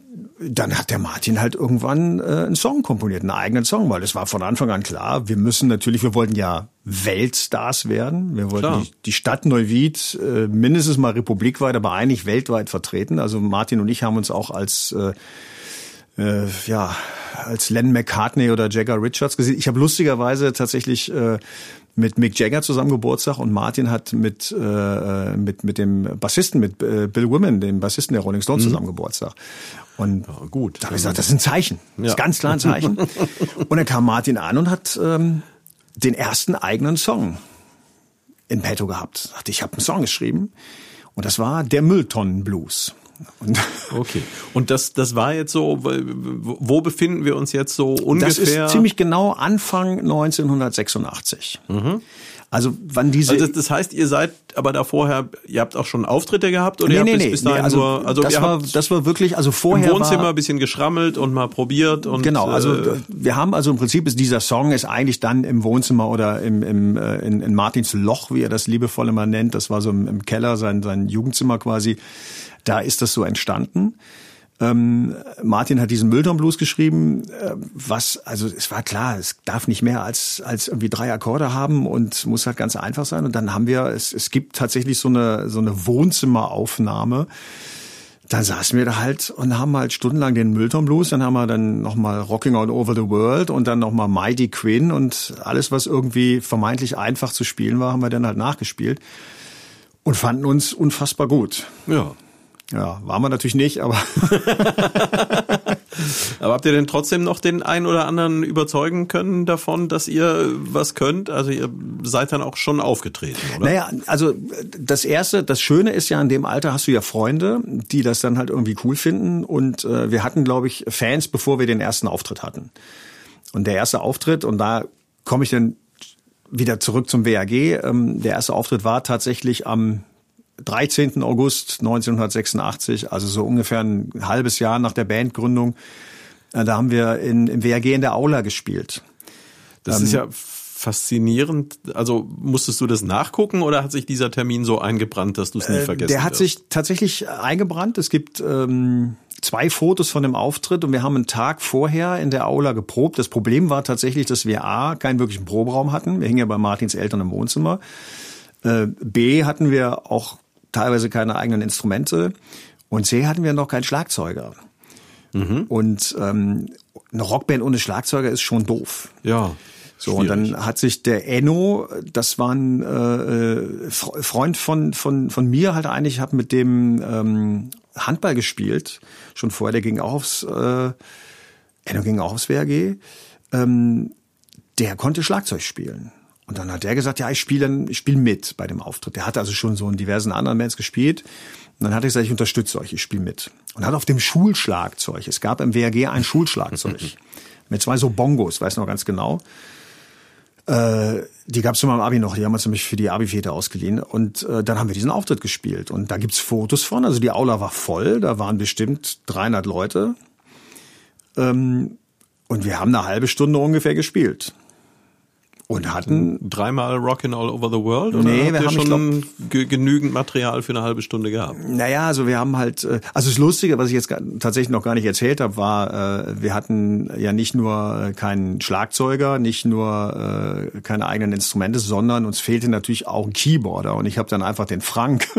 dann hat der Martin halt irgendwann äh, einen Song komponiert, einen eigenen Song, weil es war von Anfang an klar, wir müssen natürlich, wir wollten ja Weltstars werden, wir wollten die, die Stadt Neuwied äh, mindestens mal republikweit, aber eigentlich weltweit vertreten. Also Martin und ich haben uns auch als äh, äh, ja als Len McCartney oder Jagger Richards gesehen. Ich habe lustigerweise tatsächlich äh, mit Mick Jagger zusammen Geburtstag und Martin hat mit äh, mit mit dem Bassisten, mit äh, Bill Wyman, dem Bassisten der Rolling Stones, mhm. zusammen Geburtstag. Und ja, gut. Da habe ich gesagt, das ist ein Zeichen. Ja. Das ist ganz klar ein Zeichen. Und dann kam Martin an und hat ähm, den ersten eigenen Song in petto gehabt. Dachte, ich habe einen Song geschrieben und das war der Mülltonnenblues. Und okay. Und das, das war jetzt so, wo befinden wir uns jetzt so ungefähr? Das ist ziemlich genau Anfang neunzehnhundertsechsundachtzig. Mhm. Also wann diese. Also das, das heißt, ihr seid aber da vorher, ihr habt auch schon Auftritte gehabt oder nee, ihr habt nee, bis, nee, bis dahin nee, also, nur, also das ihr war, habt das war wirklich, also vorher im Wohnzimmer war, ein bisschen geschrammelt und mal probiert und genau, also äh, wir haben also im Prinzip ist dieser Song ist eigentlich dann im Wohnzimmer oder im, im in, in Martins Loch, wie er das liebevoll immer nennt, das war so im, im Keller sein sein Jugendzimmer quasi, da ist das so entstanden. Ähm, Martin hat diesen Mülltonnenblues geschrieben, äh, was, also es war klar, es darf nicht mehr als als irgendwie drei Akkorde haben und muss halt ganz einfach sein. Und dann haben wir, es, es gibt tatsächlich so eine so eine Wohnzimmeraufnahme. Dann saßen wir da halt und haben halt stundenlang den Mülltonnenblues, dann haben wir dann nochmal Rocking All Over the World und dann nochmal Mighty Quinn und alles, was irgendwie vermeintlich einfach zu spielen war, haben wir dann halt nachgespielt und fanden uns unfassbar gut. Ja. Ja, waren wir natürlich nicht, aber aber habt ihr denn trotzdem noch den einen oder anderen überzeugen können davon, dass ihr was könnt? Also ihr seid dann auch schon aufgetreten, oder? Naja, also das Erste, das Schöne ist ja, in dem Alter hast du ja Freunde, die das dann halt irgendwie cool finden und äh, wir hatten, glaube ich, Fans, bevor wir den ersten Auftritt hatten. Und der erste Auftritt, und da komme ich dann wieder zurück zum W A G, ähm, der erste Auftritt war tatsächlich am dreizehnten August neunzehnhundertsechsundachtzig, also so ungefähr ein halbes Jahr nach der Bandgründung. Da haben wir in, im W A G in der Aula gespielt. Das ähm, ist ja faszinierend. Also musstest du das nachgucken oder hat sich dieser Termin so eingebrannt, dass du es nie vergessen Der hat wirst? sich tatsächlich eingebrannt. Es gibt ähm, zwei Fotos von dem Auftritt und wir haben einen Tag vorher in der Aula geprobt. Das Problem war tatsächlich, dass wir A, keinen wirklichen Proberaum hatten. Wir hingen ja bei Martins Eltern im Wohnzimmer. Äh, B, hatten wir auch teilweise keine eigenen Instrumente und C, hatten wir noch keinen Schlagzeuger. Mhm. Und ähm, eine Rockband ohne Schlagzeuger ist schon doof. Ja. So, und dann hat sich der Enno, das war ein äh, Freund von von von mir halt eigentlich, habe mit dem ähm, Handball gespielt, schon vorher, der ging auch aufs äh, Enno ging auch aufs W A G, ähm, der konnte Schlagzeug spielen. Und dann hat der gesagt, ja, ich spiele ich spiele mit bei dem Auftritt. Der hat also schon so in diversen anderen Bands gespielt. Und dann hat er gesagt, ich unterstütze euch, ich spiele mit. Und hat auf dem Schulschlagzeug, es gab im W A G ein Schulschlagzeug mit zwei so Bongos, weiß noch ganz genau. Äh, die gab es in meinem Abi noch, die haben wir nämlich für die Abi-Fete ausgeliehen. Und äh, dann haben wir diesen Auftritt gespielt. Und da gibt's Fotos von, also die Aula war voll, da waren bestimmt dreihundert Leute. Ähm, und wir haben eine halbe Stunde ungefähr gespielt. Und hatten dreimal Rockin' All Over the World? Oder nee, habt wir ihr haben schon glaub, ge- genügend Material für eine halbe Stunde gehabt? Naja, also wir haben halt, also das Lustige, was ich jetzt tatsächlich noch gar nicht erzählt habe, war, wir hatten ja nicht nur keinen Schlagzeuger, nicht nur keine eigenen Instrumente, sondern uns fehlte natürlich auch ein Keyboarder. Und ich habe dann einfach den Frank,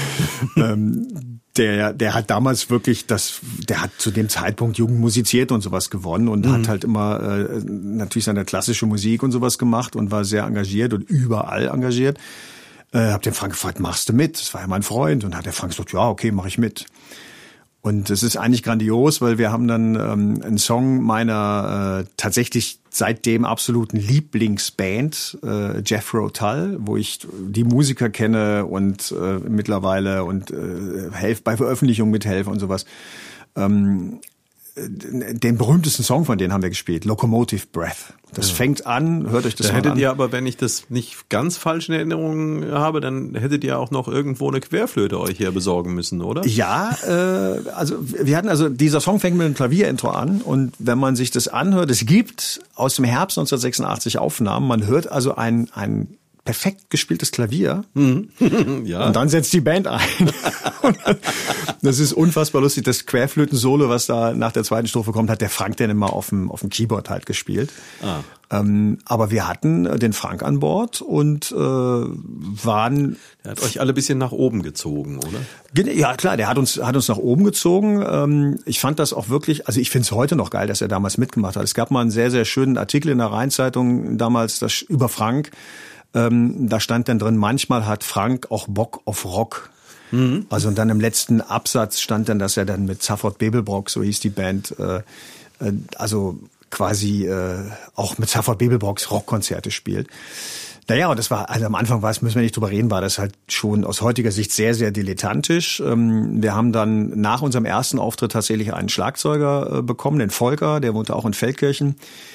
der der hat damals wirklich das, der hat zu dem Zeitpunkt Jugend musiziert und sowas gewonnen und mhm. hat halt immer äh, natürlich seine klassische Musik und sowas gemacht und war sehr engagiert und überall engagiert. Äh, hab den Frank gefragt, machst du mit? Das war ja mein Freund. Und hat der Frank gesagt, ja, okay, mache ich mit. Und es ist eigentlich grandios, weil wir haben dann ähm, einen Song meiner äh, tatsächlich seitdem absoluten Lieblingsband, äh, Jethro Tull, wo ich die Musiker kenne und äh, mittlerweile und äh, helfe bei Veröffentlichungen mithelfe und sowas. Ähm, den berühmtesten Song von denen haben wir gespielt, Locomotive Breath. Das ja. fängt an, hört euch das da mal an. Hättet ihr aber, wenn ich das nicht ganz falsch in Erinnerung habe, dann hättet ihr auch noch irgendwo eine Querflöte euch hier besorgen müssen, oder? Ja, äh, also wir hatten also, dieser Song fängt mit einem Klavierintro an und wenn man sich das anhört, es gibt aus dem Herbst neunzehnhundertsechsundachtzig Aufnahmen, man hört also ein, ein perfekt gespieltes Klavier. Ja. Und dann setzt die Band ein. Das ist unfassbar lustig. Das Querflöten-Solo, was da nach der zweiten Strophe kommt, hat der Frank dann immer auf dem, auf dem Keyboard halt gespielt. Ah. Ähm, aber wir hatten den Frank an Bord und äh, waren... Er hat euch alle ein bisschen nach oben gezogen, oder? Ja, klar, der hat uns, hat uns nach oben gezogen. Ähm, ich fand das auch wirklich, also ich finde es heute noch geil, dass er damals mitgemacht hat. Es gab mal einen sehr, sehr schönen Artikel in der Rheinzeitung damals das, über Frank. Ähm, da stand dann drin, manchmal hat Frank auch Bock auf Rock. Mhm. Also und dann im letzten Absatz stand dann, dass er dann mit Zaffert Bebelbrock, so hieß die Band, äh, äh, also quasi äh, auch mit Zaffert Bebelbrocks Rockkonzerte spielt. Naja, und das war, also am Anfang war es, müssen wir nicht drüber reden, war das halt schon aus heutiger Sicht sehr, sehr dilettantisch. Ähm, wir haben dann nach unserem ersten Auftritt tatsächlich einen Schlagzeuger äh, bekommen, den Volker, der wohnte auch in Feldkirchen.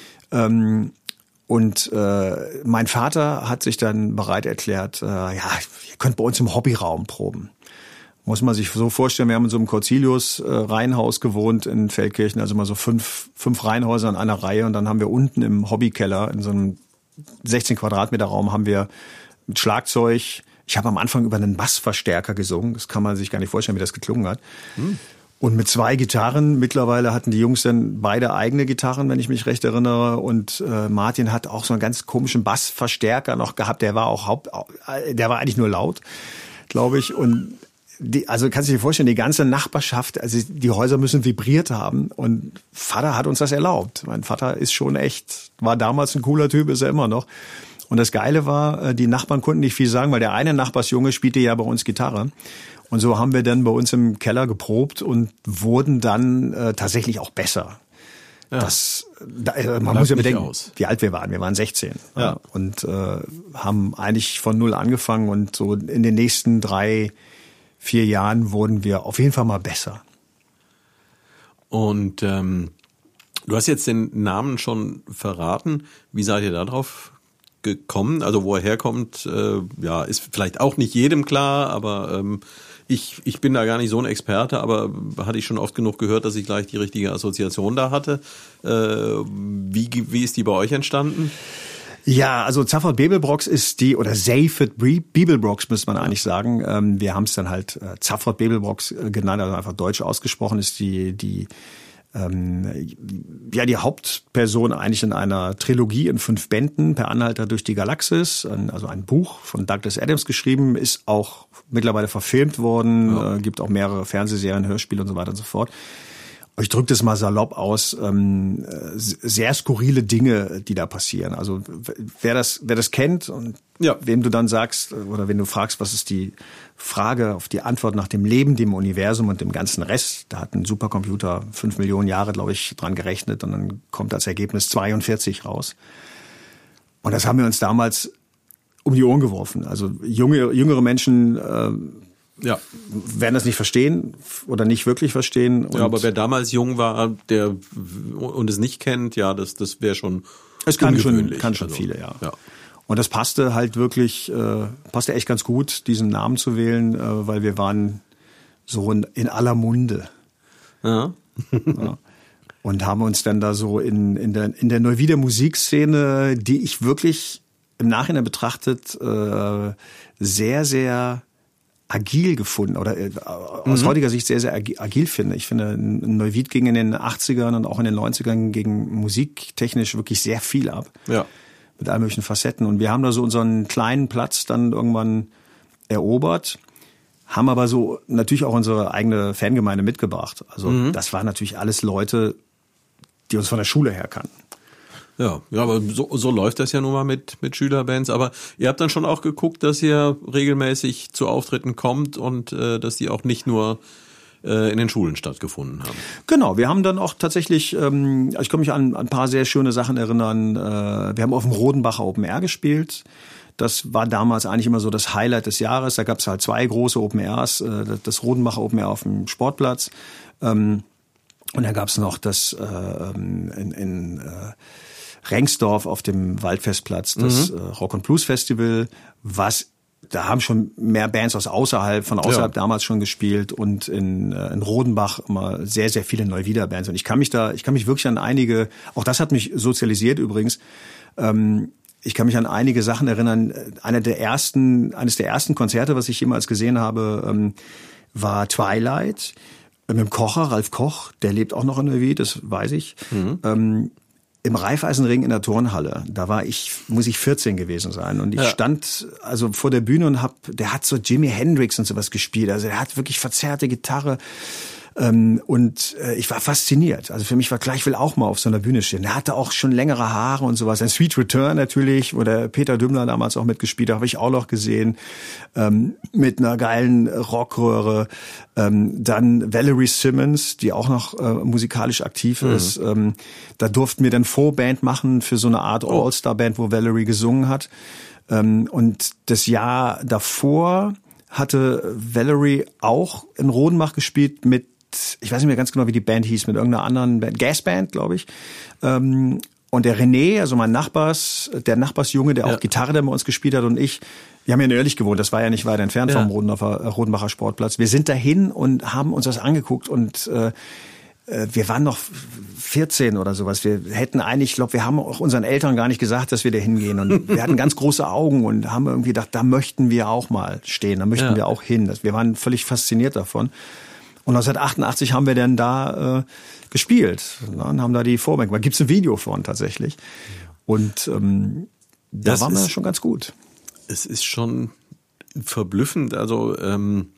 Ähm, Und äh, mein Vater hat sich dann bereit erklärt, äh, ja, ihr könnt bei uns im Hobbyraum proben. Muss man sich so vorstellen, wir haben in so einem Corzilius-Reihenhaus gewohnt in Feldkirchen, also mal so fünf, fünf Reihenhäuser in einer Reihe. Und dann haben wir unten im Hobbykeller, in so einem sechzehn Quadratmeter Raum, haben wir mit Schlagzeug, ich habe am Anfang über einen Bassverstärker gesungen, das kann man sich gar nicht vorstellen, wie das geklungen hat. Hm. Und mit zwei Gitarren, mittlerweile hatten die Jungs dann beide eigene Gitarren, wenn ich mich recht erinnere. Und äh, Martin hat auch so einen ganz komischen Bassverstärker noch gehabt. Der war auch Haupt, der war eigentlich nur laut, glaube ich. Und die, also kannst du dir vorstellen, die ganze Nachbarschaft, also die Häuser müssen vibriert haben. Und Vater hat uns das erlaubt. Mein Vater ist schon echt, war damals ein cooler Typ, ist er immer noch. Und das Geile war, die Nachbarn konnten nicht viel sagen, weil der eine Nachbarsjunge spielte ja bei uns Gitarre. Und so haben wir dann bei uns im Keller geprobt und wurden dann äh, tatsächlich auch besser. Ja. Das, da, äh, man muss ja bedenken, aus. wie alt wir waren. Wir waren sechzehn. Ja. Ja, und äh, haben eigentlich von null angefangen. Und so in den nächsten drei, vier Jahren wurden wir auf jeden Fall mal besser. Und ähm, du hast jetzt den Namen schon verraten. Wie seid ihr da drauf gekommen? Also wo er herkommt, äh, ja, ist vielleicht auch nicht jedem klar, aber ähm, ich ich bin da gar nicht so ein Experte, aber hatte ich schon oft genug gehört, dass ich gleich die richtige Assoziation da hatte. Äh, wie wie ist die bei euch entstanden? Ja, also Zaffert Bebelbrocks ist die, oder Seyfert Bebelbrocks müsste man eigentlich sagen. Ähm, wir haben es dann halt äh, Zaffert Bebelbrocks genannt, also einfach deutsch ausgesprochen, ist die die ja, die Hauptperson eigentlich in einer Trilogie in fünf Bänden, Per Anhalter durch die Galaxis, also ein Buch von Douglas Adams geschrieben, ist auch mittlerweile verfilmt worden, ja. äh, gibt auch mehrere Fernsehserien, Hörspiele und so weiter und so fort. Ich drücke das mal salopp aus, ähm, sehr skurrile Dinge, die da passieren. Also wer das, wer das kennt und ja. wem du dann sagst, oder wenn du fragst, was ist die Frage auf die Antwort nach dem Leben, dem Universum und dem ganzen Rest, da hat ein Supercomputer fünf Millionen Jahre, glaube ich, dran gerechnet und dann kommt als Ergebnis zweiundvierzig raus. Und das haben wir uns damals um die Ohren geworfen. Also junge, jüngere Menschen äh, ja. werden das nicht verstehen oder nicht wirklich verstehen. Und ja, aber wer damals jung war, der und es nicht kennt, ja, das das wäre schon es kann schon kann schon also, viele, ja. ja. Und das passte halt wirklich, äh, passte echt ganz gut, diesen Namen zu wählen, äh, weil wir waren so in, in aller Munde. Ja. ja. Und haben uns dann da so in in der in der Neuwieder Musikszene, die ich wirklich im Nachhinein betrachtet äh, sehr sehr agil gefunden oder äh, aus mhm. heutiger Sicht sehr, sehr agil finde. Ich finde, Neuwied ging in den achtzigern und auch in den neunzigern gegen musiktechnisch wirklich sehr viel ab. Ja. Mit allen möglichen Facetten. Und wir haben da so unseren kleinen Platz dann irgendwann erobert, haben aber so natürlich auch unsere eigene Fangemeinde mitgebracht. Also mhm. das waren natürlich alles Leute, die uns von der Schule her kannten. Ja, ja, aber so, so läuft das ja nun mal mit, mit Schülerbands. Aber ihr habt dann schon auch geguckt, dass ihr regelmäßig zu Auftritten kommt und äh, dass die auch nicht nur äh, in den Schulen stattgefunden haben. Genau, wir haben dann auch tatsächlich, ähm, ich kann mich an, an ein paar sehr schöne Sachen erinnern. Äh, wir haben auf dem Rodenbacher Open Air gespielt. Das war damals eigentlich immer so das Highlight des Jahres. Da gab es halt zwei große Open Airs. Äh, das Rodenbacher Open Air auf dem Sportplatz. Ähm, und dann gab es noch das äh, in, in äh, Rengsdorf auf dem Waldfestplatz, das mhm. Rock and Blues Festival, was da haben schon mehr Bands aus außerhalb, von außerhalb ja. damals schon gespielt und in, in Rodenbach immer sehr, sehr viele Neuwieder Bands. Und ich kann mich da, ich kann mich wirklich an einige, auch das hat mich sozialisiert übrigens, ähm, ich kann mich an einige Sachen erinnern. Einer der ersten, eines der ersten Konzerte, was ich jemals gesehen habe, ähm, war Twilight mit dem Kocher, Ralf Koch. Der lebt auch noch in Neuwied, das weiß ich. Mhm. Ähm, Im Raiffeisenring in der Turnhalle. Da war ich, muss ich vierzehn gewesen sein. Und ich ja. stand also vor der Bühne und hab, der hat so Jimi Hendrix und sowas gespielt. Also der hat wirklich verzerrte Gitarre. Ähm, und äh, ich war fasziniert. Also für mich war klar, ich will auch mal auf so einer Bühne stehen. Der hatte auch schon längere Haare und sowas. Ein Sweet Return natürlich, wo der Peter Dümmler damals auch mitgespielt hat, habe ich auch noch gesehen. Ähm, mit einer geilen Rockröhre. Ähm, dann Valerie Simmons, die auch noch äh, musikalisch aktiv mhm. ist. Ähm, da durften wir dann Vorband machen für so eine Art oh. All-Star-Band, wo Valerie gesungen hat. Ähm, und das Jahr davor hatte Valerie auch in Rodenbach gespielt mit, ich weiß nicht mehr ganz genau, wie die Band hieß, mit irgendeiner anderen Band, Gasband, glaube ich. Ähm, und der René, also mein Nachbars, der Nachbarsjunge, der auch ja. Gitarre da bei uns gespielt hat, und ich, wir haben ja in Oerlich gewohnt, das war ja nicht weit entfernt ja. vom Rodenbacher, äh, Rodenbacher Sportplatz. Wir sind dahin und haben uns das angeguckt und äh, wir waren noch vierzehn oder sowas. Wir hätten eigentlich, ich glaube, wir haben auch unseren Eltern gar nicht gesagt, dass wir da hingehen. Und wir hatten ganz große Augen und haben irgendwie gedacht, da möchten wir auch mal stehen, da möchten ja. wir auch hin. Wir waren völlig fasziniert davon. Und neunzehnhundertachtundachtzig haben wir dann da äh, gespielt und haben da die Vorband. Da gibt's ein Video von tatsächlich. Und ähm, da das waren wir ist, schon ganz gut. Es ist schon verblüffend. Also ähm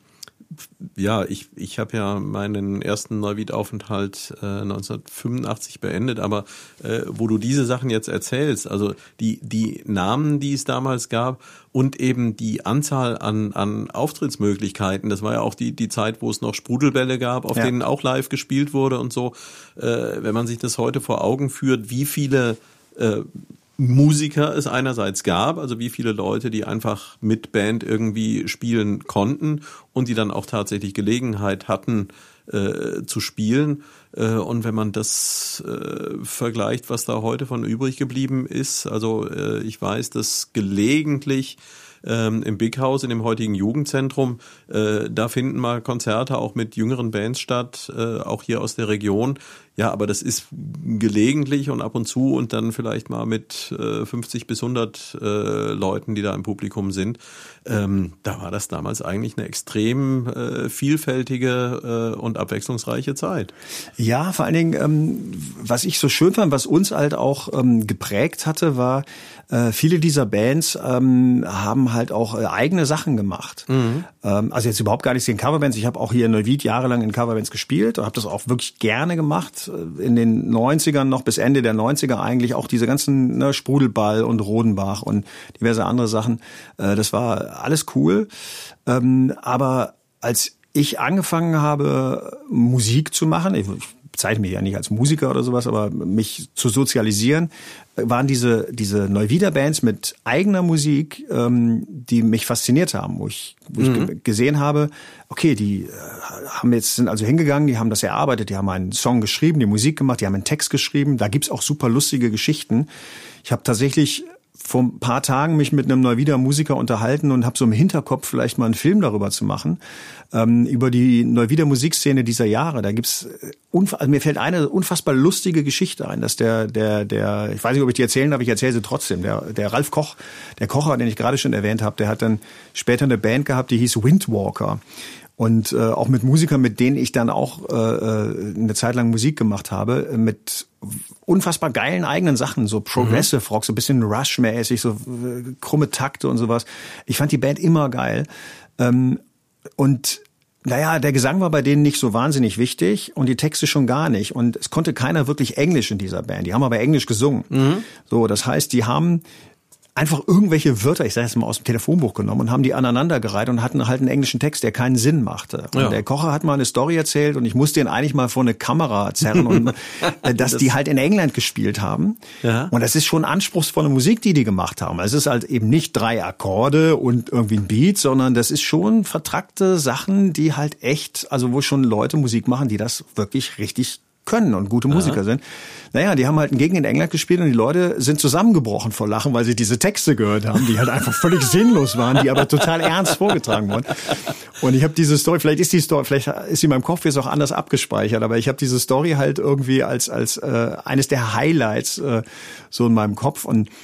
ja, ich ich habe ja meinen ersten Neuwied-Aufenthalt äh, neunzehnhundertfünfundachtzig beendet, aber äh, wo du diese Sachen jetzt erzählst, also die die Namen, die es damals gab und eben die Anzahl an an Auftrittsmöglichkeiten, das war ja auch die die Zeit, wo es noch Sprudelbälle gab, auf ja. denen auch live gespielt wurde und so. Äh, wenn man sich das heute vor Augen führt, wie viele äh, Musiker es einerseits gab, also wie viele Leute, die einfach mit Band irgendwie spielen konnten und die dann auch tatsächlich Gelegenheit hatten äh, zu spielen. Äh, und wenn man das äh, vergleicht, was da heute von übrig geblieben ist, also äh, ich weiß, dass gelegentlich ähm, im Big House, in dem heutigen Jugendzentrum, äh, da finden mal Konzerte auch mit jüngeren Bands statt, äh, auch hier aus der Region. Ja, aber das ist gelegentlich und ab und zu und dann vielleicht mal mit äh, fünfzig bis hundert äh, Leuten, die da im Publikum sind. Ähm, da war das damals eigentlich eine extrem äh, vielfältige äh, und abwechslungsreiche Zeit. Ja, vor allen Dingen, ähm, was ich so schön fand, was uns halt auch ähm, geprägt hatte, war, äh, viele dieser Bands ähm, haben halt auch äh, eigene Sachen gemacht. Mhm. Ähm, also jetzt überhaupt gar nichts gegen Coverbands. Ich habe auch hier in Neuwied jahrelang in Coverbands gespielt und habe das auch wirklich gerne gemacht. In den neunzigern noch bis Ende der neunziger eigentlich auch diese ganzen ne, Sprudelball und Rodenbach und diverse andere Sachen. Äh, das war alles cool. Ähm, aber als ich angefangen habe, Musik zu machen, ich, ich bezeichne mich ja nicht als Musiker oder sowas, aber mich zu sozialisieren, waren diese diese Neuwieder Bands mit eigener Musik, ähm, die mich fasziniert haben, wo ich, wo mhm. ich ge- gesehen habe, okay, die äh, haben jetzt sind also hingegangen, die haben das erarbeitet, die haben einen Song geschrieben, die Musik gemacht, die haben einen Text geschrieben, da gibt's auch super lustige Geschichten. Ich habe tatsächlich vor ein paar Tagen mich mit einem Neuwieder Musiker unterhalten und habe so im Hinterkopf vielleicht mal einen Film darüber zu machen, ähm, über die Neuwieder Musikszene dieser Jahre. Da gibt's unf- also mir fällt eine unfassbar lustige Geschichte ein, dass der der der ich weiß nicht, ob ich die erzählen darf, ich erzähle sie trotzdem. Der der Ralf Koch, der Kocher, den ich gerade schon erwähnt habe, der hat dann später eine Band gehabt, die hieß Windwalker. Und äh, auch mit Musikern, mit denen ich dann auch äh, eine Zeit lang Musik gemacht habe, mit unfassbar geilen eigenen Sachen, so Progressive Rock, so ein bisschen Rush-mäßig, so äh, krumme Takte und sowas. Ich fand die Band immer geil. Ähm, und naja, der Gesang war bei denen nicht so wahnsinnig wichtig und die Texte schon gar nicht. Und es konnte keiner wirklich Englisch in dieser Band. Die haben aber Englisch gesungen. Mhm. So, das heißt, die haben einfach irgendwelche Wörter, ich sage jetzt mal aus dem Telefonbuch genommen und haben die aneinandergereiht und hatten halt einen englischen Text, der keinen Sinn machte. Und ja. der Kocher hat mal eine Story erzählt und ich musste ihn eigentlich mal vor eine Kamera zerren und dass das die halt in England gespielt haben. Ja. Und das ist schon anspruchsvolle Musik, die die gemacht haben. Es ist halt eben nicht drei Akkorde und irgendwie ein Beat, sondern das ist schon vertrackte Sachen, die halt echt, also wo schon Leute Musik machen, die das wirklich richtig können und gute Musiker Aha. sind. Naja, die haben halt einen Gegend in England gespielt und die Leute sind zusammengebrochen vor Lachen, weil sie diese Texte gehört haben, die halt einfach völlig sinnlos waren, die aber total ernst vorgetragen wurden. Und ich habe diese Story, vielleicht ist die Story, vielleicht ist sie in meinem Kopf jetzt auch anders abgespeichert, aber ich habe diese Story halt irgendwie als als äh, eines der Highlights äh, so in meinem Kopf. Und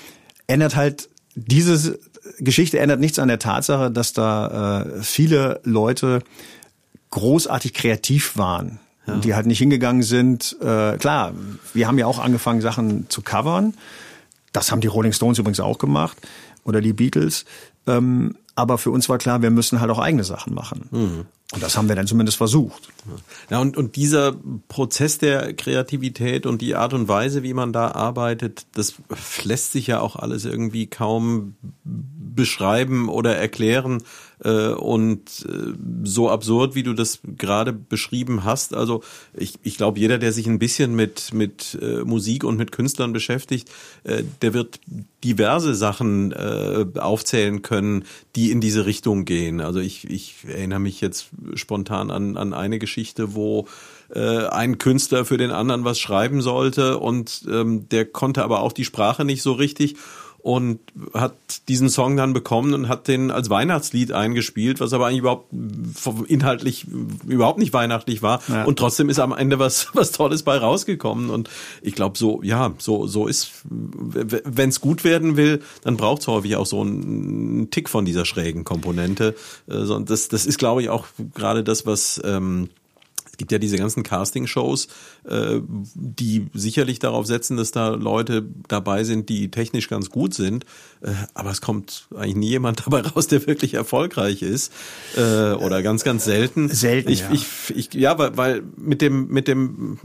ändert halt, diese Geschichte ändert nichts an der Tatsache, dass da äh, viele Leute großartig kreativ waren. Ja. Die halt nicht hingegangen sind. Äh, klar, wir haben ja auch angefangen, Sachen zu covern. Das haben die Rolling Stones übrigens auch gemacht. Oder die Beatles. Ähm, aber für uns war klar, wir müssen halt auch eigene Sachen machen. Mhm. Und das haben wir dann zumindest versucht. Ja, und, und dieser Prozess der Kreativität und die Art und Weise, wie man da arbeitet, das lässt sich ja auch alles irgendwie kaum beschreiben oder erklären. Äh, und äh, so absurd, wie du das gerade beschrieben hast. Also ich, ich glaube, jeder, der sich ein bisschen mit, mit äh, Musik und mit Künstlern beschäftigt, äh, der wird diverse Sachen äh, aufzählen können, die in diese Richtung gehen. Also ich, ich erinnere mich jetzt spontan an, an eine Geschichte, wo äh, ein Künstler für den anderen was schreiben sollte und ähm, der konnte aber auch die Sprache nicht so richtig und hat diesen Song dann bekommen und hat den als Weihnachtslied eingespielt, was aber eigentlich überhaupt inhaltlich überhaupt nicht weihnachtlich war. Ja. Und trotzdem ist am Ende was was Tolles bei rausgekommen. Und ich glaube, so ja, so so ist, wenn es gut werden will, dann braucht es häufig auch so einen Tick von dieser schrägen Komponente. Das das ist, glaube ich, auch gerade das, was ähm, es gibt ja diese ganzen Casting-Shows, äh, die sicherlich darauf setzen, dass da Leute dabei sind, die technisch ganz gut sind. Äh, aber es kommt eigentlich nie jemand dabei raus, der wirklich erfolgreich ist. Äh, oder ganz, ganz selten. Selten, ich, ja. Ich, ich, ja, weil, weil mit dem, mit dem,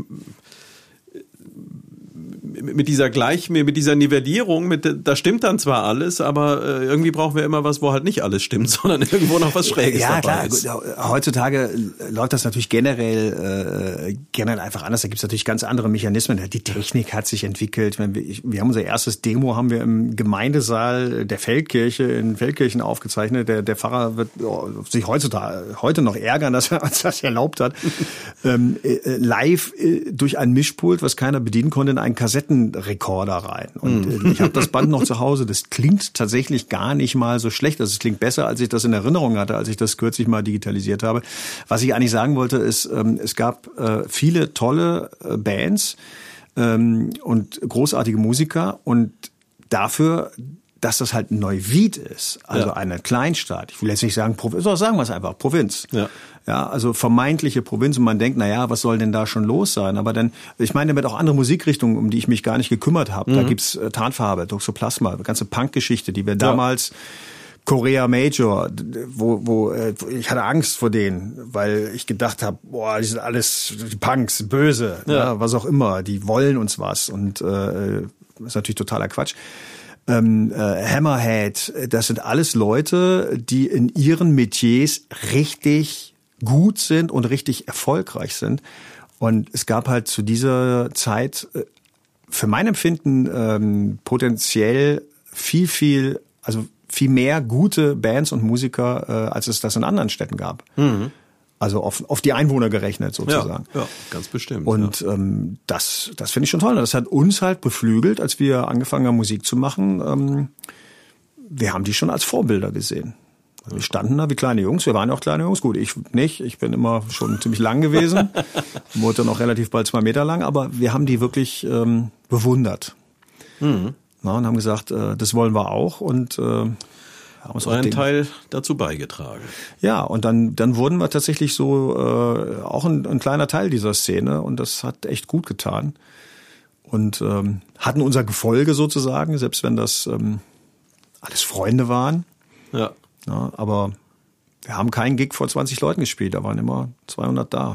mit dieser Gleich, mit dieser Nivellierung, mit, da stimmt dann zwar alles, aber äh, irgendwie brauchen wir immer was, wo halt nicht alles stimmt, sondern irgendwo noch was Schräges ja, dabei klar. ist. Heutzutage läuft das natürlich generell äh, generell einfach anders. Da gibt es natürlich ganz andere Mechanismen. Die Technik hat sich entwickelt. Wir, wir haben unser erstes Demo haben wir im Gemeindesaal der Feldkirche in Feldkirchen aufgezeichnet. Der, der Pfarrer wird oh, sich heutzutage heute noch ärgern, dass er uns das erlaubt hat. ähm, äh, live äh, durch ein Mischpult, was keiner bedienen konnte, in einen Kassettenrekorder rein. Und äh, ich habe das Band noch zu Hause. Das klingt tatsächlich gar nicht mal so schlecht. Also es klingt besser, als ich das in Erinnerung hatte, als ich das kürzlich mal digitalisiert habe. Was ich eigentlich sagen wollte, ist, ähm, es gab äh, viele tolle äh, Bands ähm, und großartige Musiker und dafür, dass das halt Neuwied ist, also ja. eine Kleinstadt. Ich will jetzt nicht sagen Provinz, sagen wir es einfach, Provinz. Ja. Ja, also vermeintliche Provinz und man denkt, na ja, was soll denn da schon los sein? Aber dann, ich meine damit auch andere Musikrichtungen, um die ich mich gar nicht gekümmert habe. Mhm. Da gibt's äh, Tarnfarbe, Toxoplasma, ganze Punkgeschichte, die wir ja. damals Korea Major, wo, wo äh, ich hatte Angst vor denen, weil ich gedacht habe, boah, die sind alles die Punks, böse, ja. Ja, was auch immer, die wollen uns was und äh, ist natürlich totaler Quatsch. Ähm, äh, Hammerhead, das sind alles Leute, die in ihren Metiers richtig gut sind und richtig erfolgreich sind. Und es gab halt zu dieser Zeit äh, für mein Empfinden ähm, potenziell viel, viel, also viel mehr gute Bands und Musiker, äh, als es das in anderen Städten gab. Mhm. Also auf, auf die Einwohner gerechnet sozusagen. Ja, ja, ganz bestimmt. Und ja. ähm, das, das finde ich schon toll. Das hat uns halt beflügelt, als wir angefangen haben, Musik zu machen. Ähm, wir haben die schon als Vorbilder gesehen. Wir standen da wie kleine Jungs. Wir waren ja auch kleine Jungs. Gut, ich nicht. Ich bin immer schon ziemlich lang gewesen. Wurde dann auch relativ bald zwei Meter lang. Aber wir haben die wirklich ähm, bewundert. Mhm. Na, und haben gesagt, äh, das wollen wir auch. Und äh, haben uns auch einen Teil dazu beigetragen. Ja, und dann dann wurden wir tatsächlich so äh, auch ein, ein kleiner Teil dieser Szene. Und das hat echt gut getan. Und ähm, hatten unser Gefolge sozusagen, selbst wenn das ähm, alles Freunde waren. Ja. Ja, aber wir haben keinen Gig vor zwanzig Leuten gespielt, da waren immer zweihundert da.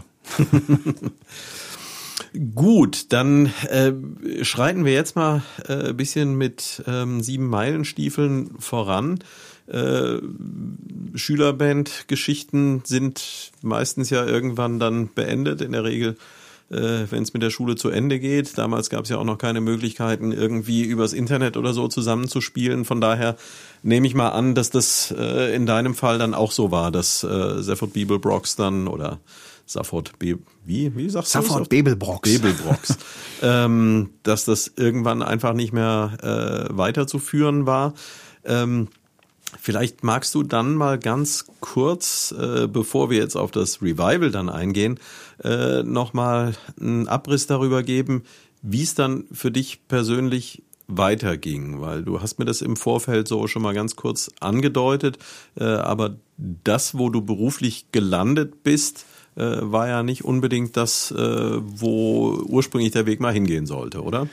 Gut, dann äh, schreiten wir jetzt mal ein äh, bisschen mit ähm, sieben Meilenstiefeln voran. Äh, Schülerband-Geschichten sind meistens ja irgendwann dann beendet, in der Regel äh, wenn es mit der Schule zu Ende geht. Damals gab es ja auch noch keine Möglichkeiten, irgendwie übers Internet oder so zusammenzuspielen. Von daher nehme ich mal an, dass das äh, in deinem Fall dann auch so war, dass äh, Safford Beeblebrox dann oder Safford Be wie wie sagst du das? Safford Beeblebrox. Beeblebrox. ähm, dass das irgendwann einfach nicht mehr äh, weiterzuführen war. Ähm, Vielleicht magst du dann mal ganz kurz, äh, bevor wir jetzt auf das Revival dann eingehen, äh, nochmal einen Abriss darüber geben, wie es dann für dich persönlich weiterging, weil du hast mir das im Vorfeld so schon mal ganz kurz angedeutet, äh, aber das, wo du beruflich gelandet bist, äh, war ja nicht unbedingt das, äh, wo ursprünglich der Weg mal hingehen sollte, oder?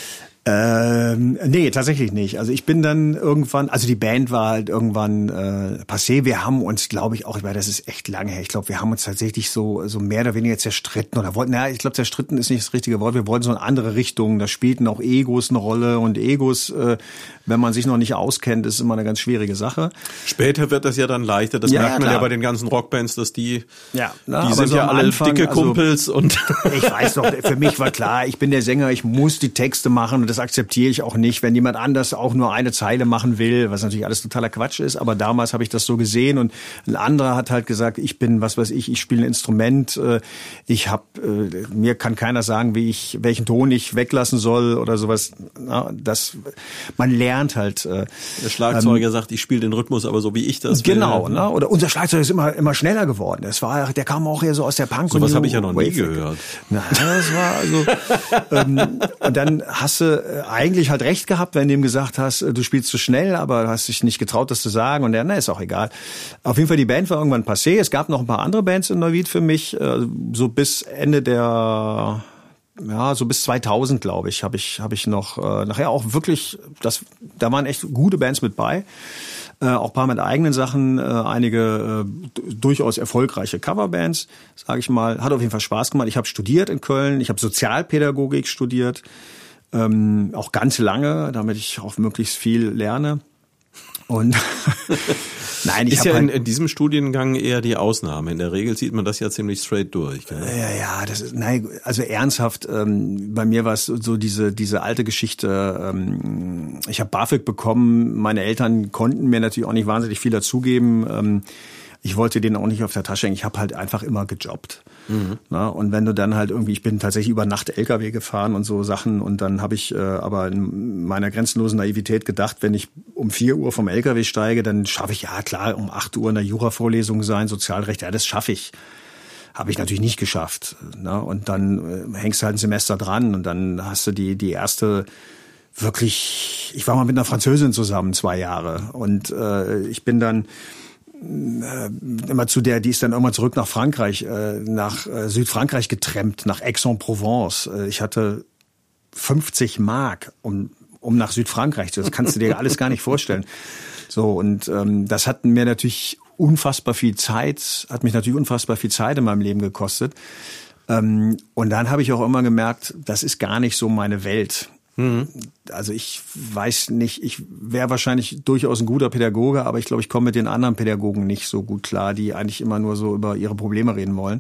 Ähm, nee, tatsächlich nicht. Also ich bin dann irgendwann, also die Band war halt irgendwann äh, passé. Wir haben uns, glaube ich, auch, weil das ist echt lange her, ich glaube, wir haben uns tatsächlich so so mehr oder weniger zerstritten oder wollten, ja, ich glaube, zerstritten ist nicht das richtige Wort. Wir wollten so in andere Richtungen. Da spielten auch Egos eine Rolle und Egos, äh, wenn man sich noch nicht auskennt, ist immer eine ganz schwierige Sache. Später wird das ja dann leichter. Das ja, merkt man klar. ja bei den ganzen Rockbands, dass die, ja, na, die sind so ja alle Anfang, dicke Kumpels also, und ich weiß noch, für mich war klar, ich bin der Sänger, ich muss die Texte machen und das akzeptiere ich auch nicht, wenn jemand anders auch nur eine Zeile machen will, was natürlich alles totaler Quatsch ist, aber damals habe ich das so gesehen und ein anderer hat halt gesagt, ich bin, was weiß ich, ich spiele ein Instrument, ich habe, mir kann keiner sagen, wie ich, welchen Ton ich weglassen soll oder sowas. Das, man lernt halt. Der Schlagzeuger ähm, sagt, ich spiele den Rhythmus, aber so wie ich das will. Genau, ne? Oder unser Schlagzeug ist immer immer schneller geworden. Das war, der kam auch eher so aus der Punk. So was habe ich ja noch nie gehört. Na, das war also. ähm, und dann hast du eigentlich halt recht gehabt, wenn du ihm gesagt hast, du spielst zu schnell, aber hast dich nicht getraut, das zu sagen. Und der, na, ist auch egal. Auf jeden Fall, die Band war irgendwann passé. Es gab noch ein paar andere Bands in Neuwied für mich, so bis Ende der, ja, so bis zweitausend, glaube ich, habe ich, habe ich noch äh, nachher auch wirklich, das, da waren echt gute Bands mit bei. Äh, auch ein paar mit eigenen Sachen, äh, einige äh, durchaus erfolgreiche Coverbands, sage ich mal. Hat auf jeden Fall Spaß gemacht. Ich habe studiert in Köln, ich habe Sozialpädagogik studiert. Ähm, auch ganz lange, damit ich auch möglichst viel lerne. Und nein, ich ist ja halt in, in diesem Studiengang eher die Ausnahme. In der Regel zieht man das ja ziemlich straight durch. Gell? Ja, ja, das ist, nein, also ernsthaft. Ähm, bei mir war es so diese diese alte Geschichte. Ähm, ich habe BAföG bekommen. Meine Eltern konnten mir natürlich auch nicht wahnsinnig viel dazugeben. Ähm, Ich wollte denen auch nicht auf der Tasche hängen. Ich habe halt einfach immer gejobbt. Mhm. Na, und wenn du dann halt irgendwie, ich bin tatsächlich über Nacht L K W gefahren und so Sachen. Und dann habe ich äh, aber in meiner grenzenlosen Naivität gedacht, wenn ich um vier Uhr vom L K W steige, dann schaffe ich, ja klar, um acht Uhr in der Jura-Vorlesung sein, Sozialrecht, ja, das schaffe ich. Habe ich natürlich nicht geschafft. Na, und dann äh, hängst du halt ein Semester dran und dann hast du die die erste wirklich, ich war mal mit einer Französin zusammen zwei Jahre. Und äh, ich bin dann immer zu der, die ist dann irgendwann zurück nach Frankreich, äh, nach äh, Südfrankreich getrennt, nach Aix-en-Provence. Äh, ich hatte fünfzig Mark, um, um nach Südfrankreich zu. Das kannst du dir alles gar nicht vorstellen. So, und ähm, das hat mir natürlich unfassbar viel Zeit, hat mich natürlich unfassbar viel Zeit in meinem Leben gekostet. Ähm, und dann habe ich auch immer gemerkt, das ist gar nicht so meine Welt. Mhm. Also ich weiß nicht, ich wäre wahrscheinlich durchaus ein guter Pädagoge, aber ich glaube, ich komme mit den anderen Pädagogen nicht so gut klar, die eigentlich immer nur so über ihre Probleme reden wollen.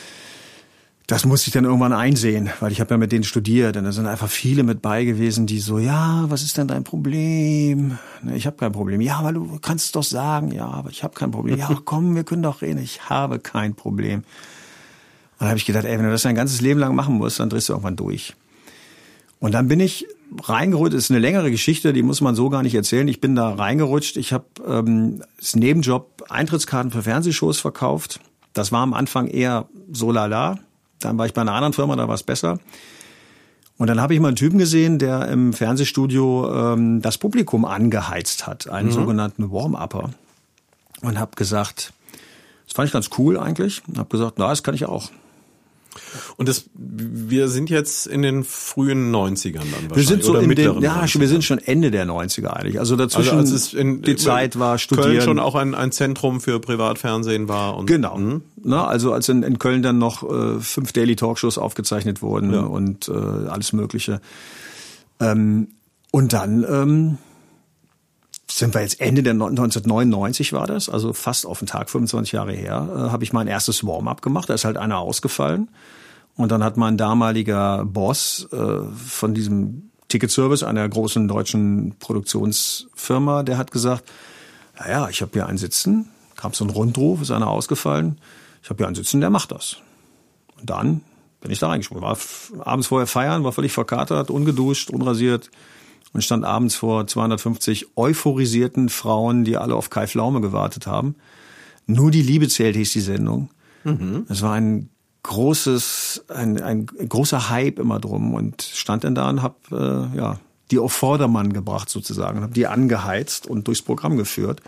Das musste ich dann irgendwann einsehen, weil ich habe ja mit denen studiert und da sind einfach viele mit bei gewesen, die so, ja, was ist denn dein Problem? Ich habe kein Problem. Ja, aber du kannst es doch sagen. Ja, aber ich habe kein Problem. Ja, komm, wir können doch reden. Ich habe kein Problem. Und dann habe ich gedacht, ey, wenn du das dein ganzes Leben lang machen musst, dann drehst du irgendwann durch. Und dann bin ich reingerutscht, das ist eine längere Geschichte, die muss man so gar nicht erzählen. Ich bin da reingerutscht, ich habe ähm, als Nebenjob Eintrittskarten für Fernsehshows verkauft. Das war am Anfang eher so lala. Dann war ich bei einer anderen Firma, da war es besser. Und dann habe ich mal einen Typen gesehen, der im Fernsehstudio ähm, das Publikum angeheizt hat, einen mhm. sogenannten Warm-Upper. Und habe gesagt, das fand ich ganz cool eigentlich. Und habe gesagt, na, das kann ich auch. Und das, wir sind jetzt in den frühen neunzigern dann wahrscheinlich. Wir sind so oder in den, ja, neunzigern. wir sind schon Ende der neunziger eigentlich. Also dazwischen, also als es in, die Zeit war studieren. Köln schon auch ein, ein Zentrum für Privatfernsehen war. Und, genau. Mh. Na, also als in, in Köln dann noch äh, fünf Daily Talkshows aufgezeichnet wurden ja. und äh, alles Mögliche. Ähm, und dann ähm, sind wir jetzt Ende der neunzehnhundertneunundneunzig war das, also fast auf den Tag, fünfundzwanzig Jahre her, äh, habe ich mein erstes Warm-up gemacht. Da ist halt einer ausgefallen. Und dann hat mein damaliger Boss äh, von diesem Ticketservice, einer großen deutschen Produktionsfirma, der hat gesagt, naja, ich habe hier einen sitzen, kam so ein Rundruf, ist einer ausgefallen, ich habe hier einen sitzen, der macht das. Und dann bin ich da reingesprungen. War f- abends vorher feiern, war völlig verkatert, ungeduscht, unrasiert und stand abends vor zweihundertfünfzig euphorisierten Frauen, die alle auf Kai Pflaume gewartet haben. Nur die Liebe zählt, hieß die Sendung. Mhm. Es war ein großes, ein, ein großer Hype immer drum und stand dann da und hab äh, ja die auf Vordermann gebracht sozusagen und habe die angeheizt und durchs Programm geführt.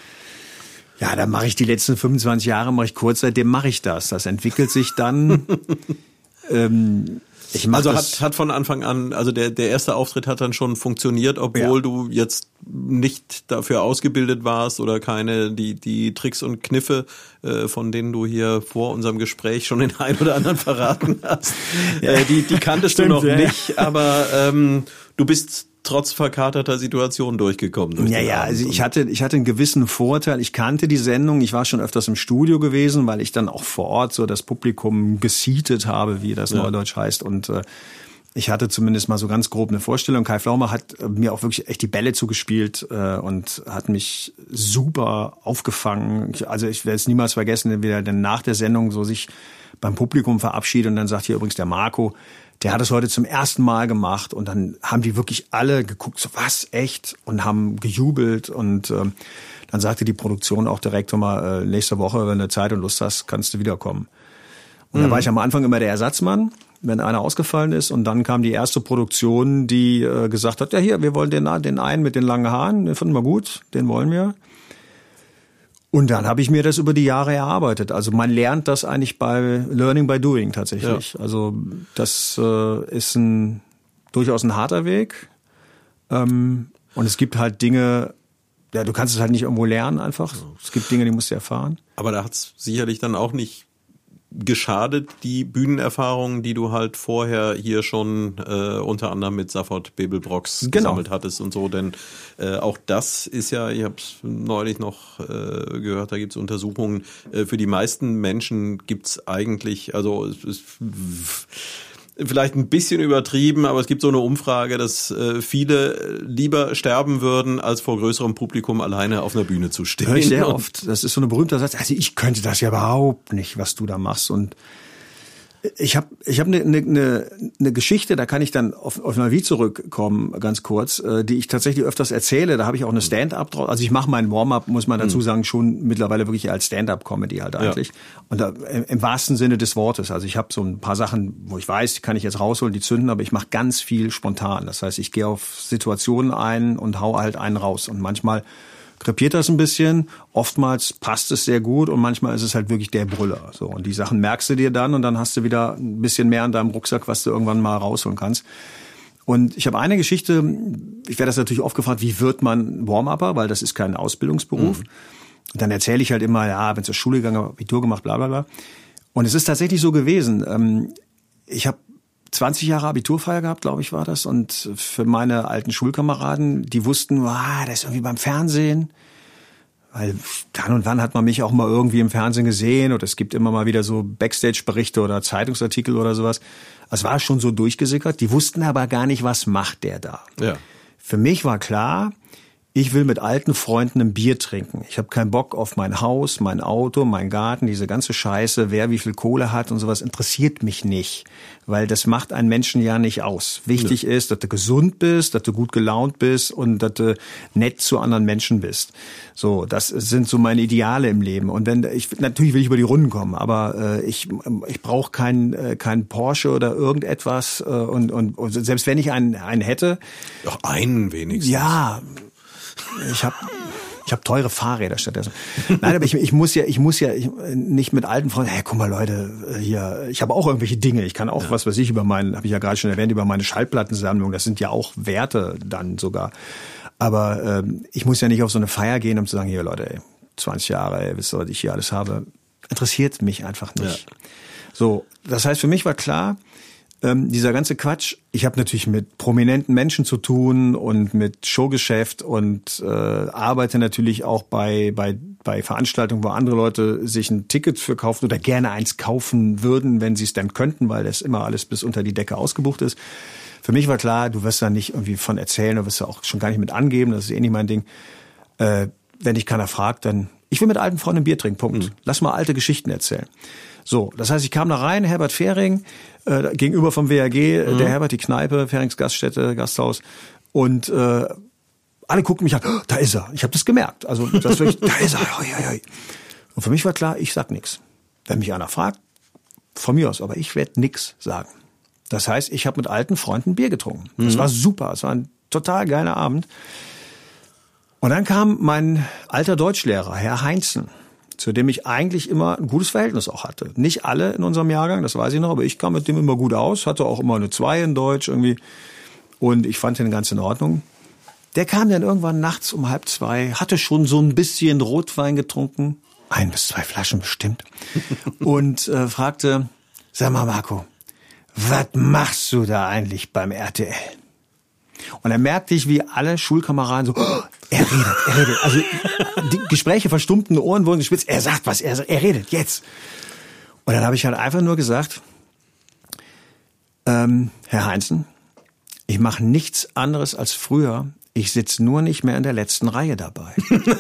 Ja, dann mache ich die letzten fünfundzwanzig Jahre, mache ich kurz, seitdem mache ich das. Das entwickelt sich dann. ähm, ich mach also das, hat, hat von Anfang an, also der, der erste Auftritt hat dann schon funktioniert, obwohl ja. du jetzt nicht dafür ausgebildet warst oder keine, die, die Tricks und Kniffe, äh, von denen du hier vor unserem Gespräch schon den ein oder anderen verraten hast, ja. äh, die, die kanntest Stimmt, du noch ja. nicht, aber ähm, du bist trotz verkaterter Situation durchgekommen. Durch ja, ja, also ich hatte, ich hatte einen gewissen Vorteil. Ich kannte die Sendung. Ich war schon öfters im Studio gewesen, weil ich dann auch vor Ort so das Publikum gesietet habe, wie das ja. Neudeutsch heißt. Und äh, ich hatte zumindest mal so ganz grob eine Vorstellung. Kai Pflaume hat äh, mir auch wirklich echt die Bälle zugespielt äh, und hat mich super aufgefangen. Ich, also ich werde es niemals vergessen, wie er dann nach der Sendung so sich beim Publikum verabschiedet und dann sagt hier übrigens der Marco, der hat es heute zum ersten Mal gemacht und dann haben die wirklich alle geguckt, so was, echt? Und haben gejubelt und äh, dann sagte die Produktion auch direkt, hör mal, äh, nächste Woche, wenn du Zeit und Lust hast, kannst du wiederkommen. Und mhm. da war ich am Anfang immer der Ersatzmann, wenn einer ausgefallen ist und dann kam die erste Produktion, die äh, gesagt hat, ja hier, wir wollen den, den einen mit den langen Haaren, den finden wir gut, den wollen wir. Und dann habe ich mir das über die Jahre erarbeitet. Also man lernt das eigentlich bei Learning by Doing tatsächlich. Ja. Also das äh, ist ein durchaus ein harter Weg. Ähm, und es gibt halt Dinge, ja, du kannst es halt nicht irgendwo lernen einfach. Es gibt Dinge, die musst du erfahren. Aber da hat es sicherlich dann auch nicht geschadet, die Bühnenerfahrungen, die du halt vorher hier schon äh, unter anderem mit Safford Bebel-Brox genau. gesammelt hattest und so, denn äh, auch das ist ja, ich habe es neulich noch äh, gehört, da gibt es Untersuchungen, äh, für die meisten Menschen gibt es eigentlich, also es ist vielleicht ein bisschen übertrieben, aber es gibt so eine Umfrage, dass äh, viele lieber sterben würden, als vor größerem Publikum alleine auf einer Bühne zu stehen. Hör ich sehr oft. Das ist so eine berühmte Satz. Also ich könnte das ja überhaupt nicht, was du da machst. Und ich habe ich hab eine, eine, eine Geschichte, da kann ich dann auf, auf Navi zurückkommen, ganz kurz, die ich tatsächlich öfters erzähle. Da habe ich auch eine Stand-up draus. Also ich mache meinen Warm-up, muss man dazu sagen, schon mittlerweile wirklich als Stand-up-Comedy halt eigentlich. Ja. Und da, im, im wahrsten Sinne des Wortes. Also ich habe so ein paar Sachen, wo ich weiß, die kann ich jetzt rausholen, die zünden, aber ich mache ganz viel spontan. Das heißt, ich gehe auf Situationen ein und hau halt einen raus. Und manchmal krepiert das ein bisschen, oftmals passt es sehr gut und manchmal ist es halt wirklich der Brüller. So, und die Sachen merkst du dir dann und dann hast du wieder ein bisschen mehr in deinem Rucksack, was du irgendwann mal rausholen kannst. Und ich habe eine Geschichte, ich werde das natürlich oft gefragt, wie wird man Warm-Upper, weil das ist kein Ausbildungsberuf. Mhm. Und dann erzähle ich halt immer, ja, bin zur Schule gegangen, habe Abitur gemacht, bla bla bla. Und es ist tatsächlich so gewesen. Ich habe zwanzig Jahre Abiturfeier gehabt, glaube ich, war das. Und für meine alten Schulkameraden, die wussten, ah, der ist irgendwie beim Fernsehen. Weil dann und wann hat man mich auch mal irgendwie im Fernsehen gesehen. Oder es gibt immer mal wieder so Backstage-Berichte oder Zeitungsartikel oder sowas. Es war schon so durchgesickert. Die wussten aber gar nicht, was macht der da. Ja. Für mich war klar, ich will mit alten Freunden ein Bier trinken. Ich habe keinen Bock auf mein Haus, mein Auto, mein Garten, diese ganze Scheiße, wer wie viel Kohle hat und sowas interessiert mich nicht, weil das macht einen Menschen ja nicht aus. Wichtig ja. ist, dass du gesund bist, dass du gut gelaunt bist und dass du nett zu anderen Menschen bist. So, das sind so meine Ideale im Leben. Und wenn ich natürlich will ich über die Runden kommen, aber äh, ich ich brauche keinen äh, keinen Porsche oder irgendetwas äh, und, und und selbst wenn ich einen einen hätte, doch einen wenigstens. Ja. Ich habe ich hab teure Fahrräder stattdessen. Nein, aber ich, ich muss ja, ich muss ja ich, nicht mit alten Freunden, hey, guck mal Leute, hier, ich habe auch irgendwelche Dinge. Ich kann auch, ja. was weiß ich, über meinen, habe ich ja gerade schon erwähnt, über meine Schallplattensammlung. Das sind ja auch Werte dann sogar. Aber ähm, ich muss ja nicht auf so eine Feier gehen, um zu sagen, hier Leute, ey, zwanzig Jahre, ey, wisst ihr, was ich hier alles habe? Interessiert mich einfach nicht. Ja. So, das heißt, für mich war klar, Ähm, dieser ganze Quatsch, ich habe natürlich mit prominenten Menschen zu tun und mit Showgeschäft und äh, arbeite natürlich auch bei bei bei Veranstaltungen, wo andere Leute sich ein Ticket für kaufen oder gerne eins kaufen würden, wenn sie es dann könnten, weil das immer alles bis unter die Decke ausgebucht ist. Für mich war klar, du wirst da nicht irgendwie von erzählen, du wirst da auch schon gar nicht mit angeben, das ist eh nicht mein Ding. Äh, wenn dich keiner fragt, dann, ich will mit alten Freunden ein Bier trinken, Punkt. Mhm. Lass mal alte Geschichten erzählen. So, das heißt, ich kam da rein, Herbert Fehring, äh, gegenüber vom W A G, mhm. der Herbert, die Kneipe, Fehrings Gaststätte, Gasthaus. Und äh, alle guckten mich an, oh, da ist er. Ich habe das gemerkt. Also das wirklich, da ist er. Oi, oi, oi. Und für mich war klar, ich sag nichts. Wenn mich einer fragt, von mir aus, aber ich werde nichts sagen. Das heißt, ich habe mit alten Freunden Bier getrunken. Das mhm. war super. Es waren total geiler Abend. Und dann kam mein alter Deutschlehrer, Herr Heinzen, zu dem ich eigentlich immer ein gutes Verhältnis auch hatte. Nicht alle in unserem Jahrgang, das weiß ich noch, aber ich kam mit dem immer gut aus, hatte auch immer eine zwei in Deutsch irgendwie. Und ich fand den ganz in Ordnung. Der kam dann irgendwann nachts um halb zwei, hatte schon so ein bisschen Rotwein getrunken, ein bis zwei Flaschen bestimmt, und äh, fragte, sag mal Marco, was machst du da eigentlich beim R T L? Und dann merkte ich, wie alle Schulkameraden so, oh, er redet, er redet. Also die Gespräche verstummten, Ohren wurden gespitzt, er sagt was, er, er redet, jetzt. Und dann habe ich halt einfach nur gesagt, ähm, Herr Heinzen, ich mache nichts anderes als früher. Ich sitze nur nicht mehr in der letzten Reihe dabei.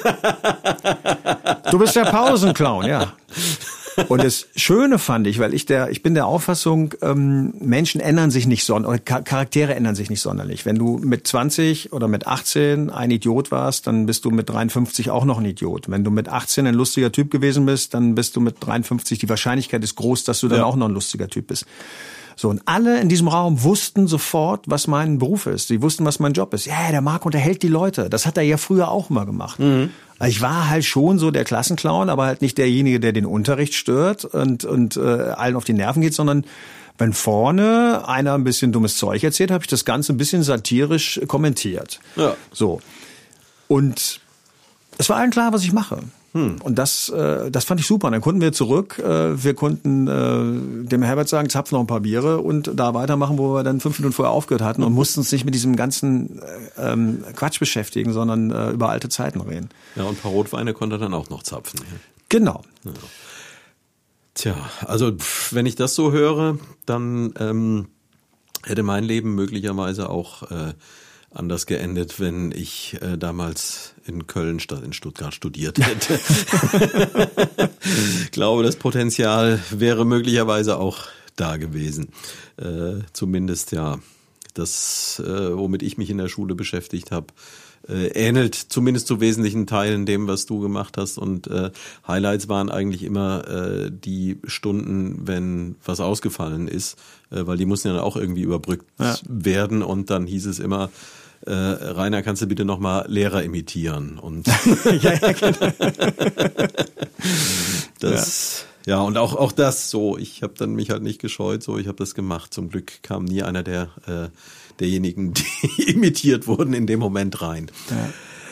Du bist der Pausenclown, ja. Und das Schöne fand ich, weil ich der, ich bin der Auffassung, ähm, Menschen ändern sich nicht sonderlich, Charaktere ändern sich nicht sonderlich. Wenn du mit zwanzig oder mit achtzehn ein Idiot warst, dann bist du mit dreiundfünfzig auch noch ein Idiot. Wenn du mit achtzehn ein lustiger Typ gewesen bist, dann bist du mit dreiundfünfzig, die Wahrscheinlichkeit ist groß, dass du dann ja auch noch ein lustiger Typ bist. So, und alle in diesem Raum wussten sofort, was mein Beruf ist. Sie wussten, was mein Job ist. Ja, der Marc unterhält die Leute. Das hat er ja früher auch immer gemacht. Mhm. Ich war halt schon so der Klassenclown, aber halt nicht derjenige, der den Unterricht stört und, und äh, allen auf die Nerven geht, sondern wenn vorne einer ein bisschen dummes Zeug erzählt, habe ich das Ganze ein bisschen satirisch kommentiert. Ja. So. Und es war allen klar, was ich mache. Hm. Und das, äh, das fand ich super. Und dann konnten wir zurück. Äh, wir konnten äh, dem Herbert sagen, zapf noch ein paar Biere und da weitermachen, wo wir dann fünf Minuten vorher aufgehört hatten und mussten uns nicht mit diesem ganzen äh, ähm, Quatsch beschäftigen, sondern äh, über alte Zeiten reden. Ja, und ein paar Rotweine konnte er dann auch noch zapfen. Ja. Genau. Ja. Tja, also pff, wenn ich das so höre, dann ähm, hätte mein Leben möglicherweise auch äh, anders geendet, wenn ich äh, damals in Köln statt in Stuttgart studiert hätte. Ich glaube, das Potenzial wäre möglicherweise auch da gewesen. Äh, zumindest ja, das, äh, womit ich mich in der Schule beschäftigt habe, äh, ähnelt zumindest zu wesentlichen Teilen dem, was du gemacht hast. Und äh, Highlights waren eigentlich immer äh, die Stunden, wenn was ausgefallen ist, äh, weil die mussten ja auch irgendwie überbrückt ja. werden. Und dann hieß es immer, Äh, Rainer, kannst du bitte nochmal Lehrer imitieren? Und ja, ja, genau. das, ja. ja, und auch auch das so. Ich habe dann mich halt nicht gescheut, so ich habe das gemacht. Zum Glück kam nie einer der äh, derjenigen, die imitiert wurden, in dem Moment rein. Ja.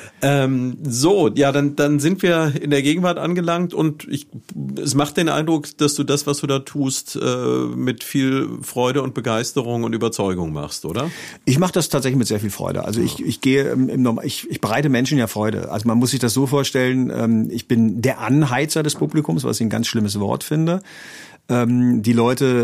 Ähm, so, ja, dann dann sind wir in der Gegenwart angelangt und ich, es macht den Eindruck, dass du das, was du da tust, äh, mit viel Freude und Begeisterung und Überzeugung machst, oder? Ich mache das tatsächlich mit sehr viel Freude. Also ja. ich ich gehe im, im Normal, ich, ich bereite Menschen ja Freude. Also man muss sich das so vorstellen, ähm, ich bin der Anheizer des Publikums, was ich ein ganz schlimmes Wort finde. Ähm, die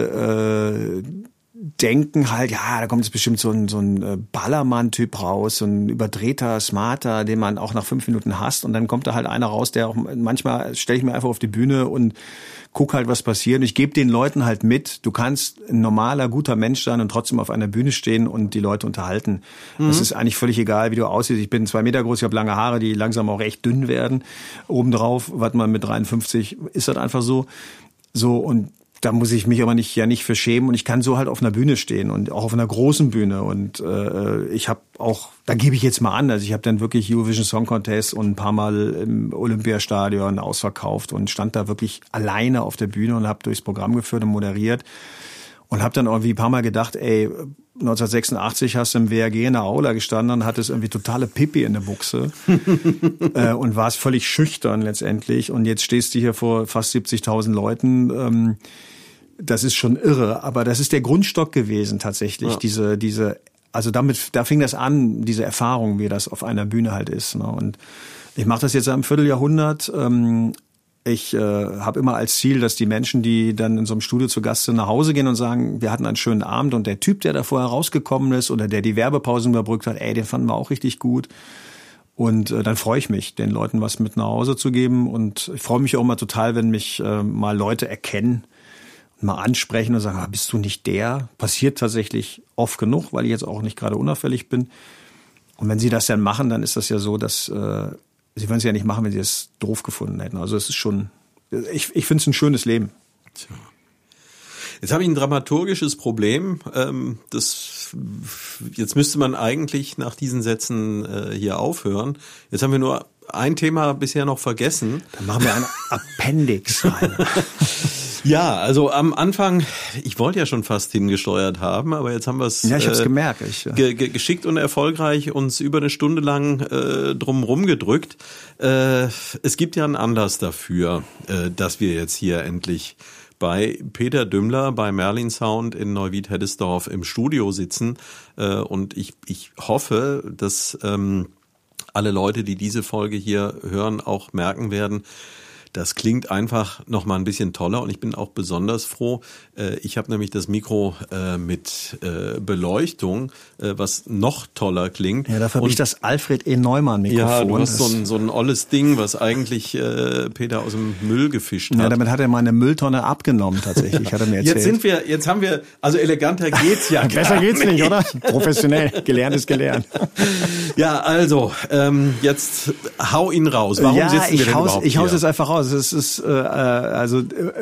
Leute äh, denken halt, ja, da kommt jetzt bestimmt so ein, so ein Ballermann-Typ raus, so ein überdrehter, smarter, den man auch nach fünf Minuten hasst. Und dann kommt da halt einer raus, der auch, manchmal stelle ich mir einfach auf die Bühne und guck halt, was passiert. Und ich gebe den Leuten halt mit, du kannst ein normaler, guter Mensch sein und trotzdem auf einer Bühne stehen und die Leute unterhalten. Mhm. Das ist eigentlich völlig egal, wie du aussiehst. Ich bin zwei Meter groß, ich habe lange Haare, die langsam auch echt dünn werden. Obendrauf, was man mit dreiundfünfzig, ist das einfach so. So, und da muss ich mich aber nicht ja nicht für schämen und ich kann so halt auf einer Bühne stehen und auch auf einer großen Bühne und äh, ich habe auch, da gebe ich jetzt mal an, also ich habe dann wirklich Eurovision Song Contest und ein paar Mal im Olympiastadion ausverkauft und stand da wirklich alleine auf der Bühne und habe durchs Programm geführt und moderiert und habe dann irgendwie ein paar Mal gedacht, ey, neunzehnhundertsechsundachtzig hast du im W R G in der Aula gestanden und hattest irgendwie totale Pipi in der Buchse äh, und warst völlig schüchtern letztendlich und jetzt stehst du hier vor fast siebzigtausend Leuten. Ähm, das ist schon irre, aber das ist der Grundstock gewesen tatsächlich, ja. diese diese also damit da fing das an, diese Erfahrung, wie das auf einer Bühne halt ist. Ne? Und ich mache das jetzt seit einem Vierteljahrhundert. Ähm, Ich äh, habe immer als Ziel, dass die Menschen, die dann in so einem Studio zu Gast sind, nach Hause gehen und sagen, wir hatten einen schönen Abend und der Typ, der da vorher rausgekommen ist oder der die Werbepausen überbrückt hat, ey, den fanden wir auch richtig gut. Und äh, dann freue ich mich, den Leuten was mit nach Hause zu geben und ich freue mich auch immer total, wenn mich äh, mal Leute erkennen und mal ansprechen und sagen, ah, bist du nicht der? Passiert tatsächlich oft genug, weil ich jetzt auch nicht gerade unauffällig bin. Und wenn sie das dann machen, dann ist das ja so, dass äh, sie würden es ja nicht machen, wenn sie es doof gefunden hätten. Also es ist schon, ich, ich finde es ein schönes Leben. Tja. Jetzt habe ich ein dramaturgisches Problem. Das jetzt müsste man eigentlich nach diesen Sätzen äh, hier aufhören. Jetzt haben wir nur ein Thema bisher noch vergessen. Dann machen wir ein Appendix rein. Ja, also am Anfang, ich wollte ja schon fast hingesteuert haben, aber jetzt haben wir es ja, ich hab's äh, gemerkt. Ich, äh, ge- ge- geschickt und erfolgreich uns über eine Stunde lang äh, drum rumgedrückt. Äh, es gibt ja einen Anlass dafür, äh, dass wir jetzt hier endlich bei Peter Dümmler bei Merlin Sound in Neuwied-Heddesdorf im Studio sitzen. Äh, und ich, ich hoffe, dass ähm, alle Leute, die diese Folge hier hören, auch merken werden, das klingt einfach noch mal ein bisschen toller und ich bin auch besonders froh. Ich habe nämlich das Mikro mit Beleuchtung, was noch toller klingt. Ja, dafür habe ich das Alfred E. Neumann-Mikrofon. Ja, du hast so ein, so ein olles Ding, was eigentlich Peter aus dem Müll gefischt hat. Ja, damit hat er meine Mülltonne abgenommen tatsächlich, hat er mir erzählt. Jetzt sind wir, jetzt haben wir, also eleganter geht's ja Besser gar geht's nicht, nicht, oder? Professionell, gelernt ist gelernt. Ja, also, ähm, jetzt hau ihn raus. Warum ja, sitzen wir ich denn haus, überhaupt ich haus hier? es einfach raus. Es ist äh, also äh,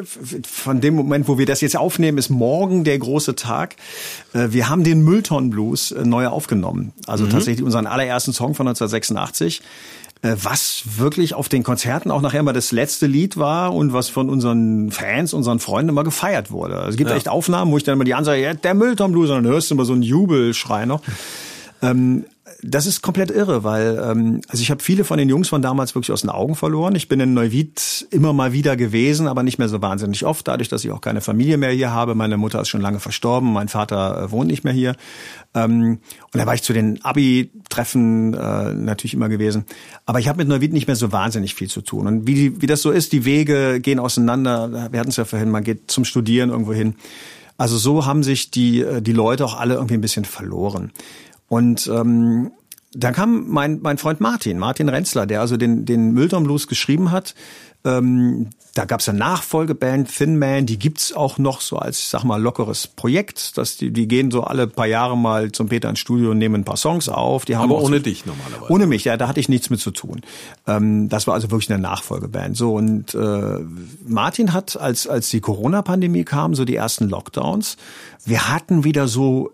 von dem Moment, wo wir das jetzt aufnehmen, ist morgen der große Tag. Äh, wir haben den Mülltonnen-Blues äh, neu aufgenommen. Also mhm. tatsächlich unseren allerersten Song von neunzehnhundertsechsundachtzig. Äh, was wirklich auf den Konzerten auch nachher mal das letzte Lied war und was von unseren Fans, unseren Freunden immer gefeiert wurde. Also es gibt ja. echt Aufnahmen, wo ich dann immer die ansage, ja, der Mülltonnen-Blues, und dann hörst du immer so einen Jubelschrei noch. ähm, Das ist komplett irre, weil ähm, also ich habe viele von den Jungs von damals wirklich aus den Augen verloren. Ich bin in Neuwied immer mal wieder gewesen, aber nicht mehr so wahnsinnig oft, dadurch, dass ich auch keine Familie mehr hier habe. Meine Mutter ist schon lange verstorben, mein Vater äh, wohnt nicht mehr hier. Ähm, und da war ich zu den Abi-Treffen äh, natürlich immer gewesen. Aber ich habe mit Neuwied nicht mehr so wahnsinnig viel zu tun. Und wie, die, wie das so ist, die Wege gehen auseinander. Wir hatten es ja vorhin, man geht zum Studieren irgendwo hin. Also so haben sich die, die Leute auch alle irgendwie ein bisschen verloren. Und ähm, dann kam mein mein Freund Martin, Martin Renzler, der also den den Mülltonnen-Blues geschrieben hat. Ähm, da gab's eine Nachfolgeband, Thin Man, die gibt's auch noch so als, ich sag mal, lockeres Projekt. Das, die, die gehen so alle paar Jahre mal zum Peter ins Studio und nehmen ein paar Songs auf. Die haben Aber auch ohne so, dich normalerweise. Ohne mich, ja, da hatte ich nichts mit zu tun. Ähm, das war also wirklich eine Nachfolgeband. So, und äh, Martin hat, als als die Corona-Pandemie kam, so die ersten Lockdowns, wir hatten wieder so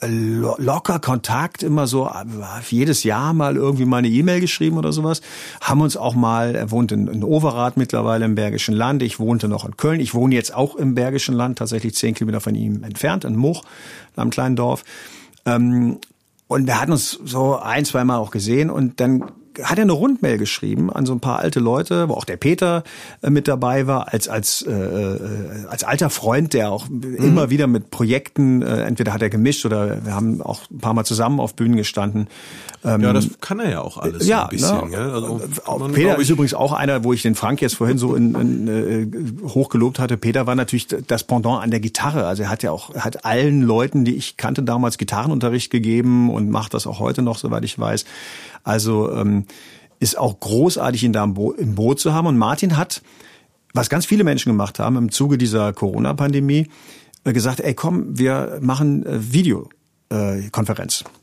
locker Kontakt, immer so jedes Jahr mal irgendwie mal eine E-Mail geschrieben oder sowas. Haben uns auch mal, er wohnt in, in Overath mittlerweile im Bergischen Land, ich wohnte noch in Köln, ich wohne jetzt auch im Bergischen Land, tatsächlich zehn Kilometer von ihm entfernt, in Moch, in einem kleinen Dorf. Und wir hatten uns so ein, zwei Mal auch gesehen und dann hat er eine Rundmail geschrieben an so ein paar alte Leute, wo auch der Peter äh, mit dabei war, als als äh, als alter Freund, der auch mhm. immer wieder mit Projekten, äh, entweder hat er gemischt oder wir haben auch ein paar Mal zusammen auf Bühnen gestanden. Ähm, ja, das kann er ja auch alles ja, so ein bisschen. Ne? Gell? Also, man, Peter ist übrigens auch einer, wo ich den Frank jetzt vorhin so in, in, äh, hochgelobt hatte. Peter war natürlich das Pendant an der Gitarre. Also er hat ja auch hat allen Leuten, die ich kannte, damals Gitarrenunterricht gegeben und macht das auch heute noch, soweit ich weiß. Also ähm, ist auch großartig, ihn da im, Bo- im Boot zu haben. Und Martin hat, was ganz viele Menschen gemacht haben im Zuge dieser Corona-Pandemie, äh, gesagt, ey komm, wir machen äh, Videokonferenz. Äh,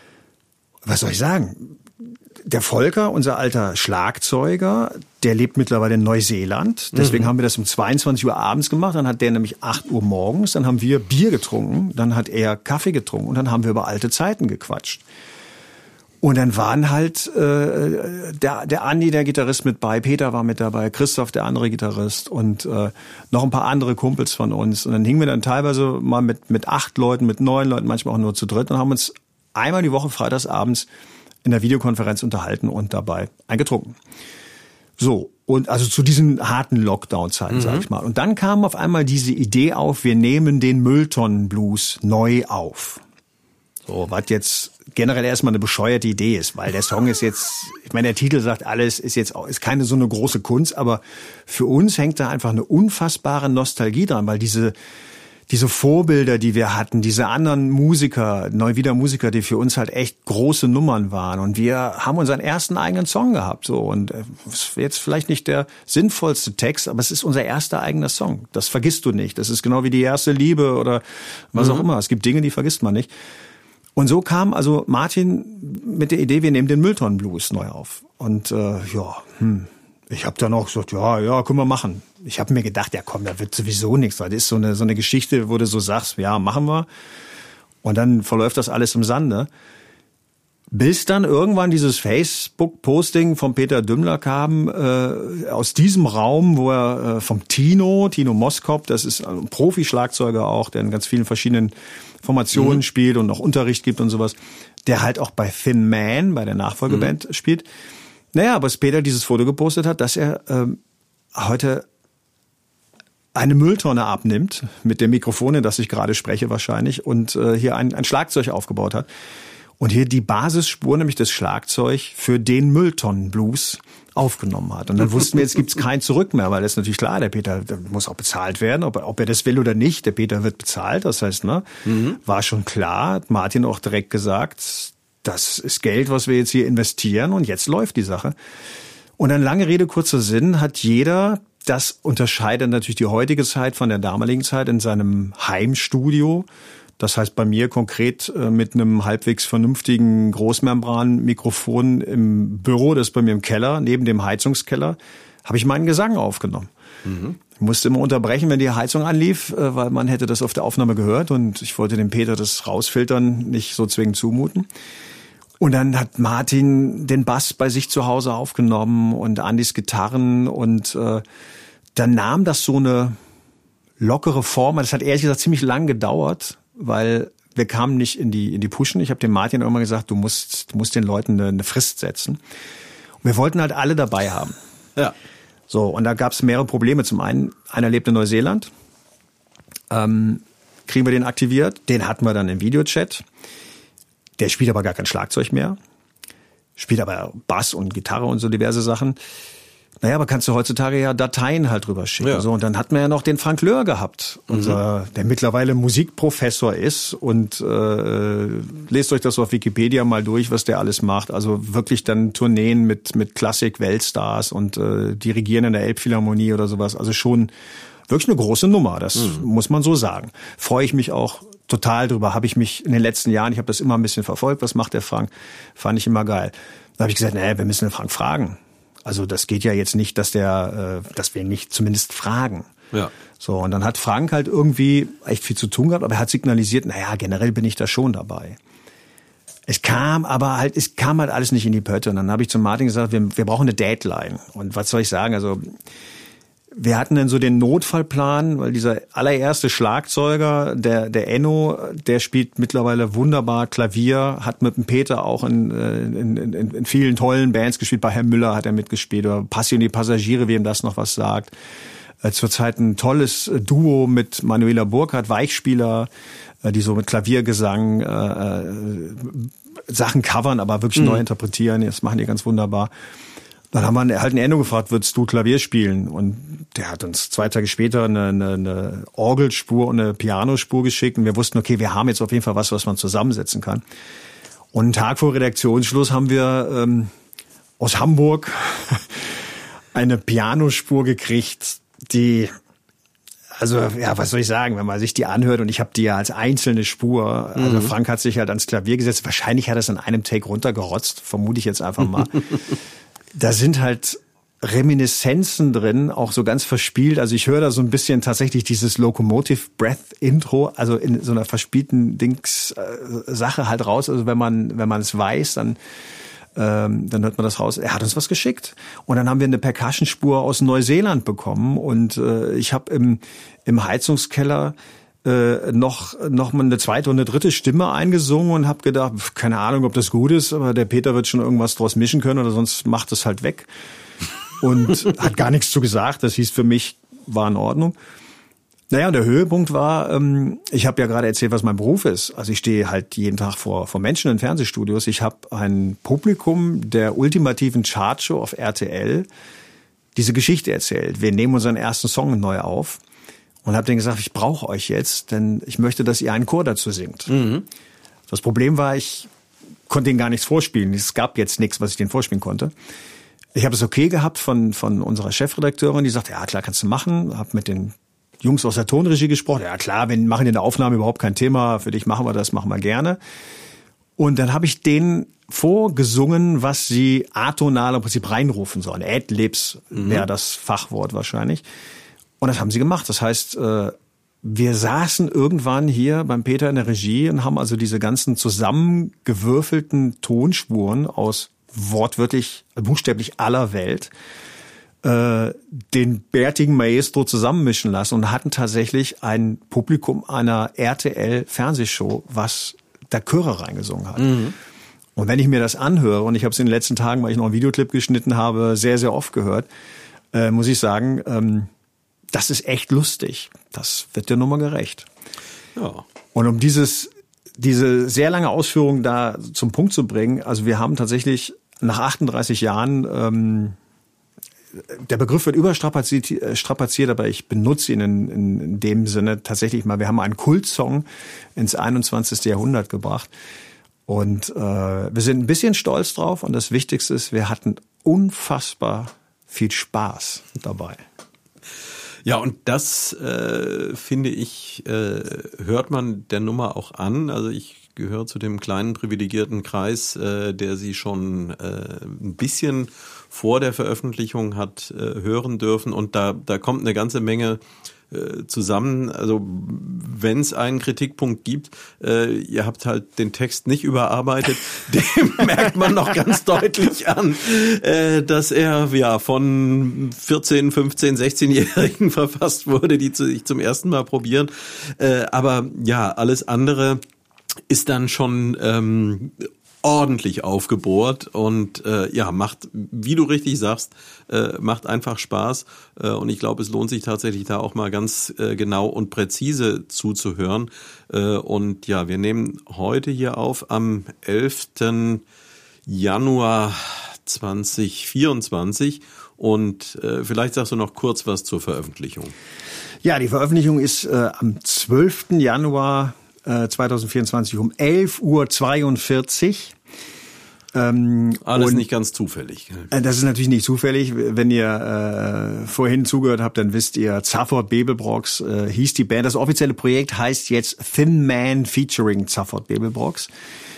was soll ich sagen? Der Volker, unser alter Schlagzeuger, der lebt mittlerweile in Neuseeland. Deswegen mhm. haben wir das um zweiundzwanzig Uhr abends gemacht. Dann hat der nämlich acht Uhr morgens. Dann haben wir Bier getrunken. Dann hat er Kaffee getrunken. Und dann haben wir über alte Zeiten gequatscht. Und dann waren halt äh, der der Andi, der Gitarrist, mit bei, Peter war mit dabei, Christoph, der andere Gitarrist und äh, noch ein paar andere Kumpels von uns. Und dann hingen wir dann teilweise mal mit mit acht Leuten, mit neun Leuten, manchmal auch nur zu dritt und haben uns einmal die Woche freitagsabends in der Videokonferenz unterhalten und dabei eingetrunken. So, und also zu diesen harten Lockdown-Zeiten, mhm. sag ich mal. Und dann kam auf einmal diese Idee auf, wir nehmen den Mülltonnen-Blues neu auf. So, was jetzt generell erstmal eine bescheuerte Idee ist, weil der Song ist jetzt, ich meine, der Titel sagt alles, ist jetzt auch, ist keine so eine große Kunst, aber für uns hängt da einfach eine unfassbare Nostalgie dran, weil diese, diese Vorbilder, die wir hatten, diese anderen Musiker, Neuwieder Musiker, die für uns halt echt große Nummern waren und wir haben unseren ersten eigenen Song gehabt, so, und es ist jetzt vielleicht nicht der sinnvollste Text, aber es ist unser erster eigener Song. Das vergisst du nicht. Das ist genau wie die erste Liebe oder was mhm. auch immer. Es gibt Dinge, die vergisst man nicht. Und so kam also Martin mit der Idee, wir nehmen den Mülltonnen-Blues neu auf. Und äh, ja, hm, ich habe dann auch gesagt, ja, ja, können wir machen. Ich habe mir gedacht, ja komm, da wird sowieso nichts, weil das ist so eine so eine Geschichte, wo du so sagst, ja, machen wir. Und dann verläuft das alles im Sande. Bis dann irgendwann dieses Facebook-Posting von Peter Dümmler kam, äh, aus diesem Raum, wo er äh, vom Tino, Tino Moskop, das ist ein Profi-Schlagzeuger auch, der in ganz vielen verschiedenen Formationen mhm. spielt und auch Unterricht gibt und sowas, der halt auch bei Thin Man, bei der Nachfolgeband mhm. spielt. Naja, aber Peter dieses Foto gepostet hat, dass er ähm, heute eine Mülltonne abnimmt, mit dem Mikrofon, in das ich gerade spreche wahrscheinlich, und äh, hier ein, ein Schlagzeug aufgebaut hat. Und hier die Basisspur, nämlich das Schlagzeug, für den Mülltonnenblues aufgenommen hat. Und dann wussten wir, jetzt gibt's kein Zurück mehr, weil das ist natürlich klar, der Peter der muss auch bezahlt werden, ob er, ob er das will oder nicht. Der Peter wird bezahlt, das heißt, ne, mhm. war schon klar, hat Martin auch direkt gesagt, das ist Geld, was wir jetzt hier investieren und jetzt läuft die Sache. Und dann lange Rede, kurzer Sinn, hat jeder, das unterscheidet natürlich die heutige Zeit von der damaligen Zeit, in seinem Heimstudio. Das heißt bei mir konkret äh, mit einem halbwegs vernünftigen Großmembran-Mikrofon im Büro, das ist bei mir im Keller, neben dem Heizungskeller, habe ich meinen Gesang aufgenommen. Mhm. Ich musste immer unterbrechen, wenn die Heizung anlief, äh, weil man hätte das auf der Aufnahme gehört und ich wollte dem Peter das rausfiltern, nicht so zwingend zumuten. Und dann hat Martin den Bass bei sich zu Hause aufgenommen und Andys Gitarren und äh, dann nahm das so eine lockere Form. Das hat ehrlich gesagt ziemlich lang gedauert, weil wir kamen nicht in die in die Pushen. Ich habe dem Martin irgendwann gesagt, du musst du musst den Leuten eine, eine Frist setzen. Und wir wollten halt alle dabei haben. Ja. So, und da gab es mehrere Probleme. Zum einen, einer lebt in Neuseeland. Ähm, kriegen wir den aktiviert. Den hatten wir dann im Videochat. Der spielt aber gar kein Schlagzeug mehr. Spielt aber Bass und Gitarre und so diverse Sachen. Naja, aber kannst du heutzutage ja Dateien halt drüber schicken. Ja. So, und dann hatten wir ja noch den Frank Löhr gehabt, unser, mhm. der mittlerweile Musikprofessor ist. Und äh, lest euch das auf Wikipedia mal durch, was der alles macht. Also wirklich dann Tourneen mit mit Klassik-Weltstars und äh, Dirigieren in der Elbphilharmonie oder sowas. Also schon wirklich eine große Nummer, das mhm. muss man so sagen. Freue ich mich auch total drüber. Habe ich mich in den letzten Jahren, ich habe das immer ein bisschen verfolgt, was macht der Frank, fand ich immer geil. Da habe ich gesagt, naja, wir müssen den Frank fragen. Also das geht ja jetzt nicht, dass der, äh, dass wir ihn nicht zumindest fragen. Ja. So, und dann hat Frank halt irgendwie echt viel zu tun gehabt, aber er hat signalisiert, naja, generell bin ich da schon dabei. Es kam aber halt, es kam halt alles nicht in die Pötte. Und dann habe ich zu Martin gesagt, wir, wir brauchen eine Deadline. Und was soll ich sagen? Also wir hatten dann so den Notfallplan, weil dieser allererste Schlagzeuger, der der Enno, der spielt mittlerweile wunderbar Klavier, hat mit dem Peter auch in, in, in, in vielen tollen Bands gespielt. Bei Herr Müller hat er mitgespielt, oder Passion die Passagiere, wem das noch was sagt. Zurzeit ein tolles Duo mit Manuela Burkhardt, Weichspieler, die so mit Klaviergesang äh, Sachen covern, aber wirklich mhm. neu interpretieren. Das machen die ganz wunderbar. Dann haben wir halt einen Enno gefragt, würdest du Klavier spielen? Und der hat uns zwei Tage später eine, eine, eine Orgelspur und eine Pianospur geschickt. Und wir wussten, okay, wir haben jetzt auf jeden Fall was, was man zusammensetzen kann. Und einen Tag vor Redaktionsschluss haben wir ähm, aus Hamburg eine Pianospur gekriegt, die, also ja, was soll ich sagen, wenn man sich die anhört, und ich habe die ja als einzelne Spur, also mhm. Frank hat sich halt ans Klavier gesetzt, wahrscheinlich hat er es in einem Take runtergerotzt, vermute ich jetzt einfach mal. Da sind halt Reminiszenzen drin, auch so ganz verspielt. Also ich höre da so ein bisschen tatsächlich dieses Locomotive Breath Intro, also in so einer verspielten Dings äh, Sache halt raus. Also wenn man wenn man es weiß, dann ähm, dann hört man das raus. Er hat uns was geschickt und dann haben wir eine Percussion-Spur aus Neuseeland bekommen und äh, ich habe im im Heizungskeller äh, noch noch mal eine zweite und eine dritte Stimme eingesungen und habe gedacht, keine Ahnung, ob das gut ist, aber der Peter wird schon irgendwas draus mischen können oder sonst macht es halt weg. Und hat gar nichts zu gesagt. Das hieß für mich, war in Ordnung. Naja, und der Höhepunkt war, ähm, ich habe ja gerade erzählt, was mein Beruf ist. Also ich stehe halt jeden Tag vor, vor Menschen in Fernsehstudios. Ich habe ein Publikum der ultimativen Chartshow auf R T L diese Geschichte erzählt. Wir nehmen unseren ersten Song neu auf. Und habe denen gesagt, ich brauche euch jetzt, denn ich möchte, dass ihr einen Chor dazu singt. Mhm. Das Problem war, ich konnte ihnen gar nichts vorspielen. Es gab jetzt nichts, was ich denen vorspielen konnte. Ich habe es okay gehabt von von unserer Chefredakteurin, die sagte, ja klar, kannst du machen. Habe mit den Jungs aus der Tonregie gesprochen. Ja klar, wir machen in der Aufnahme überhaupt kein Thema. Für dich machen wir das, machen wir gerne. Und dann habe ich denen vorgesungen, was sie atonal im Prinzip reinrufen sollen. Adlibs mhm. wäre das Fachwort wahrscheinlich. Und das haben sie gemacht. Das heißt, wir saßen irgendwann hier beim Peter in der Regie und haben also diese ganzen zusammengewürfelten Tonspuren aus wortwörtlich, buchstäblich aller Welt äh, den bärtigen Maestro zusammenmischen lassen und hatten tatsächlich ein Publikum einer R T L-Fernsehshow, was da Chöre reingesungen hat. Mhm. Und wenn ich mir das anhöre, und ich habe es in den letzten Tagen, weil ich noch einen Videoclip geschnitten habe, sehr, sehr oft gehört, äh, muss ich sagen, ähm, das ist echt lustig. Das wird der Nummer gerecht. Ja. Und um dieses, diese sehr lange Ausführung da zum Punkt zu bringen, also wir haben tatsächlich nach achtunddreißig Jahren, ähm, der Begriff wird überstrapaziert, strapaziert, aber ich benutze ihn in, in, in dem Sinne tatsächlich mal. Wir haben einen Kultsong ins einundzwanzigste Jahrhundert gebracht. Und äh, wir sind ein bisschen stolz drauf. Und das Wichtigste ist, wir hatten unfassbar viel Spaß dabei. Ja, und das, äh, finde ich, äh, hört man der Nummer auch an. Also ich gehöre zu dem kleinen privilegierten Kreis, äh, der sie schon äh, ein bisschen vor der Veröffentlichung hat äh, hören dürfen. Und da, da kommt eine ganze Menge äh, zusammen. Also wenn es einen Kritikpunkt gibt, äh, ihr habt halt den Text nicht überarbeitet, dem merkt man noch ganz deutlich an, äh, dass er ja von vierzehn, fünfzehn, sechzehnjährigen verfasst wurde, die zu, sich zum ersten Mal probieren. Äh, aber ja, alles andere ist dann schon ähm, ordentlich aufgebohrt und äh, ja, macht, wie du richtig sagst, äh, macht einfach Spaß äh, und ich glaube, es lohnt sich tatsächlich da auch mal ganz äh, genau und präzise zuzuhören äh, und ja, wir nehmen heute hier auf am elften Januar zweitausendvierundzwanzig und äh, vielleicht sagst du noch kurz was zur Veröffentlichung. Ja, die Veröffentlichung ist äh, am zwölften Januar zweitausendvierundzwanzig um elf Uhr zweiundvierzig. Ähm, Alles nicht ganz zufällig. Das ist natürlich nicht zufällig. Wenn ihr äh, vorhin zugehört habt, dann wisst ihr, Zaphod Bebelbrox äh, hieß die Band. Das offizielle Projekt heißt jetzt Thin Man featuring Zaphod Bebelbrox.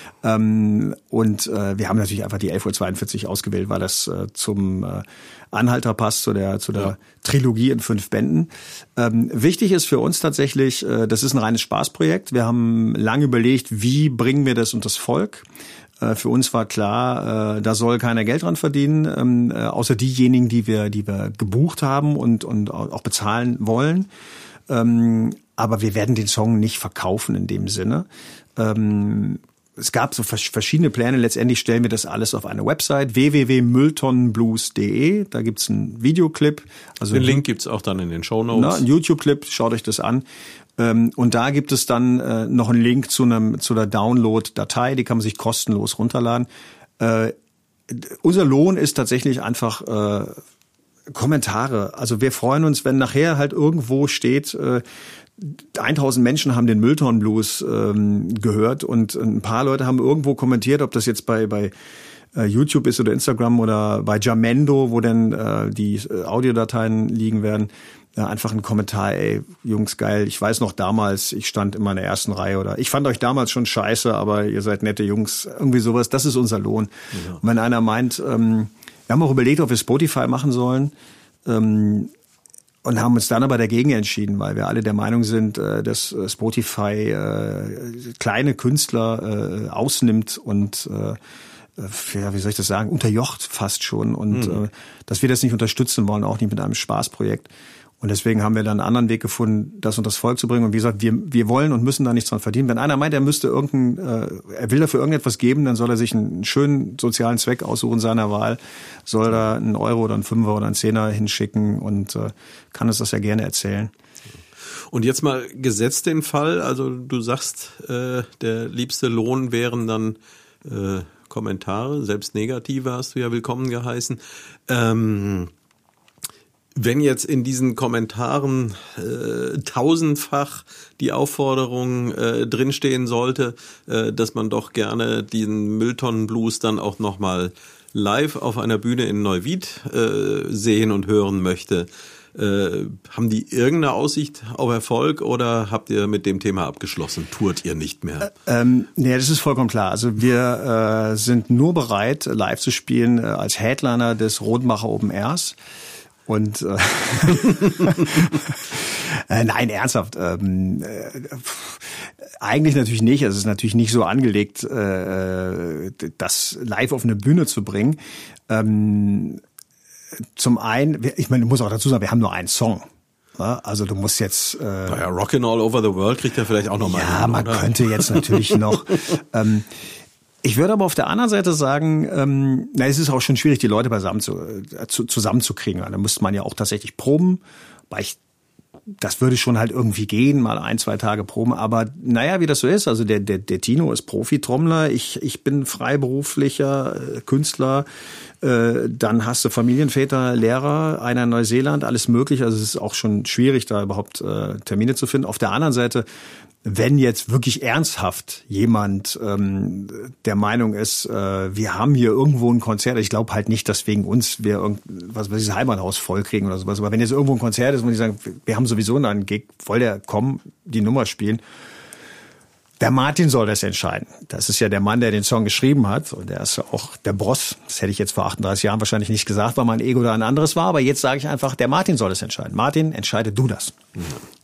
Ähm, und äh, wir haben natürlich einfach die elf Uhr zweiundvierzig ausgewählt, weil das äh, zum äh, Anhalter passt, zu der zu der ja. Trilogie in fünf Bänden. Ähm, wichtig ist für uns tatsächlich, äh, das ist ein reines Spaßprojekt. Wir haben lange überlegt, wie bringen wir das unters Volk. Äh, für uns war klar, äh, da soll keiner Geld dran verdienen, ähm, äh, außer diejenigen, die wir die wir gebucht haben und und auch bezahlen wollen. Ähm, aber wir werden den Song nicht verkaufen in dem Sinne. Ähm, Es gab so verschiedene Pläne. Letztendlich stellen wir das alles auf eine Website, w w w punkt mülltonnenblues punkt d e. Da gibt's einen Videoclip. Also den Link gibt's auch dann in den Shownotes. Na, ein YouTube-Clip, schaut euch das an. Und da gibt es dann noch einen Link zu einem zu der Download-Datei. Die kann man sich kostenlos runterladen. Unser Lohn ist tatsächlich einfach Kommentare. Also wir freuen uns, wenn nachher halt irgendwo steht, tausend Menschen haben den Mülltonnenblues ähm, gehört und ein paar Leute haben irgendwo kommentiert, ob das jetzt bei bei äh, YouTube ist oder Instagram oder bei Jamendo, wo dann äh, die äh, Audiodateien liegen werden, äh, einfach ein Kommentar, ey, Jungs, geil, ich weiß noch damals, ich stand immer in der ersten Reihe oder ich fand euch damals schon scheiße, aber ihr seid nette Jungs, irgendwie sowas, das ist unser Lohn. Ja. Und wenn einer meint, ähm, wir haben auch überlegt, ob wir Spotify machen sollen, ähm, und haben uns dann aber dagegen entschieden, weil wir alle der Meinung sind, dass Spotify kleine Künstler ausnimmt und, ja, wie soll ich das sagen, unterjocht fast schon und mhm. dass wir das nicht unterstützen wollen, auch nicht mit einem Spaßprojekt. Und deswegen haben wir dann einen anderen Weg gefunden, das unter das Volk zu bringen. Und wie gesagt, wir, wir wollen und müssen da nichts dran verdienen. Wenn einer meint, er müsste irgendein, äh, er will dafür irgendetwas geben, dann soll er sich einen schönen sozialen Zweck aussuchen seiner Wahl, soll da einen Euro oder einen Fünfer oder einen Zehner hinschicken und äh, kann uns das ja gerne erzählen. Und jetzt mal gesetzt den Fall, also du sagst, äh, der liebste Lohn wären dann äh, Kommentare, selbst negative hast du ja willkommen geheißen. Ähm, Wenn jetzt in diesen Kommentaren äh, tausendfach die Aufforderung äh, drinstehen sollte, äh, dass man doch gerne diesen Mülltonnenblues dann auch nochmal live auf einer Bühne in Neuwied äh, sehen und hören möchte, äh, haben die irgendeine Aussicht auf Erfolg oder habt ihr mit dem Thema abgeschlossen? Tourt ihr nicht mehr? Äh, ähm, nee, das ist vollkommen klar. Also wir äh, sind nur bereit, live zu spielen äh, als Headliner des Rodenbacher Open Airs. Und äh, Äh, nein, ernsthaft. Ähm, äh, eigentlich natürlich nicht. Es ist natürlich nicht so angelegt, äh, das live auf eine Bühne zu bringen. Ähm, zum einen, ich meine, ich muss auch dazu sagen, wir haben nur einen Song. Also du musst jetzt... Äh, naja, Rockin' All Over the World kriegt er vielleicht auch nochmal Ja, hin, man oder? könnte jetzt natürlich noch... ähm, ich würde aber auf der anderen Seite sagen, ähm, na, es ist auch schon schwierig, die Leute beisammen zu, äh, zu, zusammenzukriegen. Da müsste man ja auch tatsächlich proben, weil ich das würde schon halt irgendwie gehen, mal ein, zwei Tage proben. Aber naja, wie das so ist, also der, der, der Tino ist Profi-Trommler, ich, ich bin freiberuflicher äh, Künstler, äh, dann hast du Familienväter, Lehrer, einer in Neuseeland, alles möglich. Also es ist auch schon schwierig, da überhaupt äh, Termine zu finden. Auf der anderen Seite, wenn jetzt wirklich ernsthaft jemand ähm, der Meinung ist, äh, wir haben hier irgendwo ein Konzert, ich glaube halt nicht, dass wegen uns wir irgend, was weiß ich, das Heimathaus vollkriegen oder sowas, aber wenn jetzt irgendwo ein Konzert ist und die sagen, wir haben sowieso einen Gig, soll der kommen, die Nummer spielen, der Martin soll das entscheiden. Das ist ja der Mann, der den Song geschrieben hat und der ist auch der Boss. Das hätte ich jetzt vor achtunddreißig Jahren wahrscheinlich nicht gesagt, weil mein Ego da ein anderes war, aber jetzt sage ich einfach, der Martin soll das entscheiden. Martin, entscheide du das. Ja.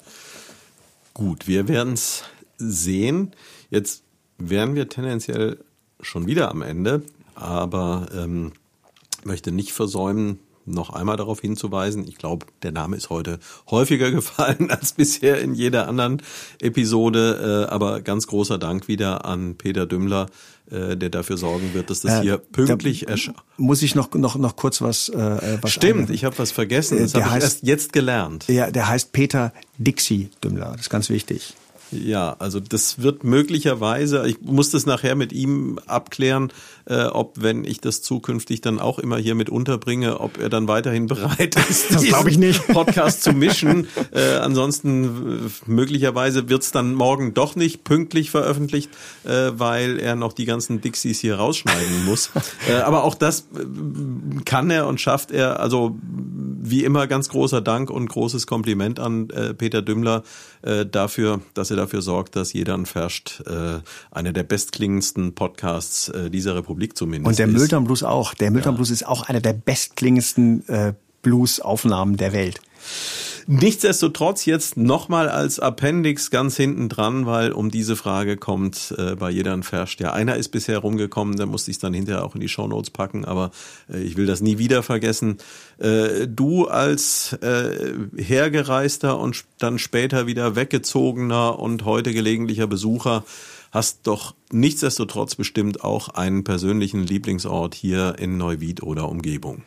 Gut, wir werden es sehen. Jetzt wären wir tendenziell schon wieder am Ende, aber ähm, möchte nicht versäumen, noch einmal darauf hinzuweisen. Ich glaube, der Name ist heute häufiger gefallen als bisher in jeder anderen Episode. Äh, aber ganz großer Dank wieder an Peter Dümmler, äh, der dafür sorgen wird, dass das äh, hier pünktlich erscheint. Muss ich noch noch noch kurz was? Äh, was Stimmt, ich habe was vergessen. Das habe ich erst jetzt gelernt. Ja, der heißt Peter Dixie Dümmler. Das ist ganz wichtig. Ja, also das wird möglicherweise, ich muss das nachher mit ihm abklären, äh, ob, wenn ich das zukünftig dann auch immer hier mit unterbringe, ob er dann weiterhin bereit ist, das glaube ich nicht, Podcast zu mischen. Äh, ansonsten äh, möglicherweise wird's dann morgen doch nicht pünktlich veröffentlicht, äh, weil er noch die ganzen Dixies hier rausschneiden muss. äh, aber auch das äh, kann er und schafft er. Also wie immer ganz großer Dank und großes Kompliment an äh, Peter Dümmler äh, dafür, dass er dafür sorgt, dass Jeder ein Ferscht äh, einer der bestklingendsten Podcasts äh, dieser Republik zumindest ist. Und der ist. Mülltown Blues auch. Der Mülltown ja. Blues ist auch einer der bestklingendsten äh, Blues-Aufnahmen der Welt. Nichtsdestotrotz jetzt nochmal als Appendix ganz hinten dran, weil um diese Frage kommt äh, bei Jeder ein Ferscht. Ja, einer ist bisher rumgekommen, da musste ich es dann hinterher auch in die Shownotes packen, aber äh, ich will das nie wieder vergessen. Äh, du als äh, hergereister und dann später wieder weggezogener und heute gelegentlicher Besucher hast doch nichtsdestotrotz bestimmt auch einen persönlichen Lieblingsort hier in Neuwied oder Umgebung.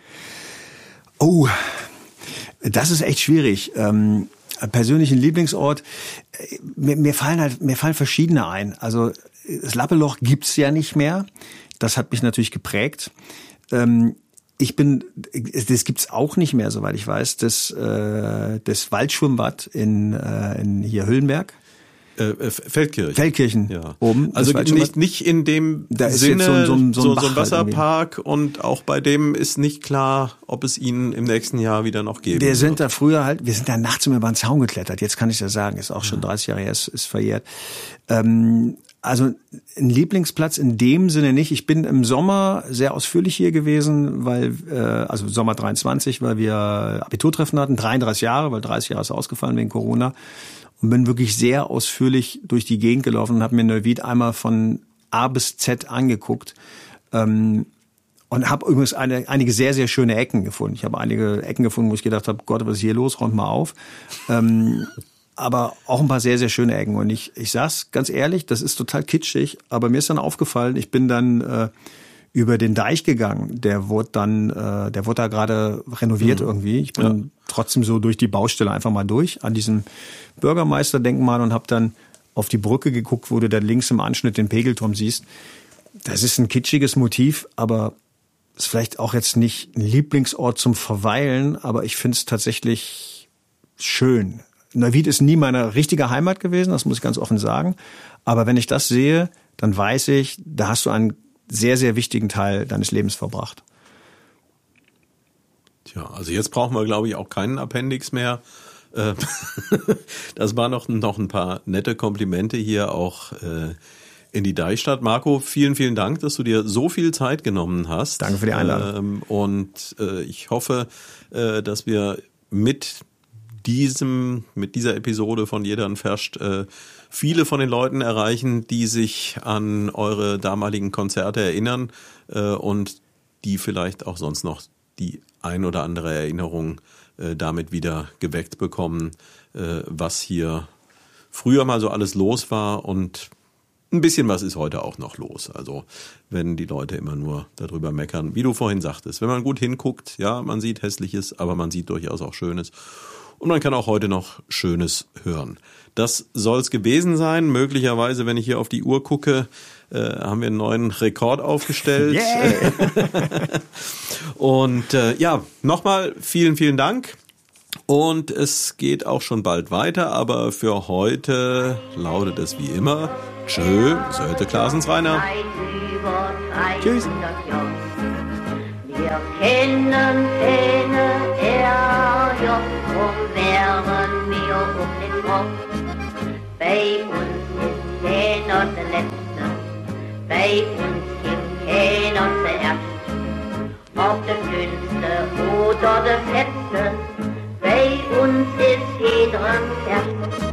Oh, das ist echt schwierig. Ähm, persönlichen Lieblingsort, mir, mir fallen halt, mir fallen verschiedene ein. Also das Lappeloch gibt's ja nicht mehr. Das hat mich natürlich geprägt. Ähm, ich bin, das gibt's auch nicht mehr, soweit ich weiß. Das, äh, das Waldschwimmbad in, äh, in hier Hüllenberg. Äh, Feldkirchen. Feldkirchen, ja. Oben. Also nicht, nicht in dem da ist Sinne jetzt so, ein, so, ein, so, ein so, so ein Wasserpark halt und auch bei dem ist nicht klar, ob es ihn im nächsten Jahr wieder noch geben Wir wird. sind da früher halt, wir sind da nachts immer über den Zaun geklettert. Jetzt kann ich das sagen, ist auch schon dreißig Jahre her, ist, ist verjährt. Ähm, also ein Lieblingsplatz in dem Sinne nicht. Ich bin im Sommer sehr ausführlich hier gewesen, weil äh, also Sommer dreiundzwanzig, weil wir Abiturtreffen hatten, dreiunddreißig Jahre, weil dreißig Jahre ist ausgefallen wegen Corona. Und bin wirklich sehr ausführlich durch die Gegend gelaufen und habe mir Neuwied einmal von A bis Z angeguckt. Ähm, und habe übrigens eine, einige sehr, sehr schöne Ecken gefunden. Ich habe einige Ecken gefunden, wo ich gedacht habe, Gott, was ist hier los? Räumt mal auf. Ähm, aber auch ein paar sehr, sehr schöne Ecken. Und ich, ich sag's ganz ehrlich, das ist total kitschig, aber mir ist dann aufgefallen, ich bin dann äh, über den Deich gegangen. Der wurde dann, äh, der wurde da gerade renoviert mhm. irgendwie. Ich bin ja. trotzdem so durch die Baustelle einfach mal durch an diesem Bürgermeisterdenkmal und habe dann auf die Brücke geguckt, wo du da links im Anschnitt den Pegelturm siehst. Das ist ein kitschiges Motiv, aber ist vielleicht auch jetzt nicht ein Lieblingsort zum Verweilen, aber ich finde es tatsächlich schön. Neuwied ist nie meine richtige Heimat gewesen, das muss ich ganz offen sagen. Aber wenn ich das sehe, dann weiß ich, da hast du einen sehr, sehr wichtigen Teil deines Lebens verbracht. Tja, also jetzt brauchen wir, glaube ich, auch keinen Appendix mehr. Das waren noch, noch ein paar nette Komplimente hier auch in die Deichstadt. Marco, vielen, vielen Dank, dass du dir so viel Zeit genommen hast. Danke für die Einladung. Und ich hoffe, dass wir mit diesem, mit dieser Episode von Jedern Ferscht äh, viele von den Leuten erreichen, die sich an eure damaligen Konzerte erinnern äh, und die vielleicht auch sonst noch die ein oder andere Erinnerung äh, damit wieder geweckt bekommen, äh, was hier früher mal so alles los war, und ein bisschen was ist heute auch noch los. Also wenn die Leute immer nur darüber meckern, wie du vorhin sagtest. Wenn man gut hinguckt, ja, man sieht Hässliches, aber man sieht durchaus auch Schönes. Und man kann auch heute noch Schönes hören. Das soll's gewesen sein. Möglicherweise, wenn ich hier auf die Uhr gucke, äh, haben wir einen neuen Rekord aufgestellt. Yeah. Und äh, ja, nochmal vielen, vielen Dank. Und es geht auch schon bald weiter, aber für heute lautet es wie immer: Tschö, Sölte Klaasens Rainer. Tschüss. Wir kennen keine Ärger, wären wir auf den Kopf. Bei uns ist keiner der Letzte, bei uns gibt keiner zuerst. Ob der Dünnste oder der Fetzte, bei uns ist jeder erst.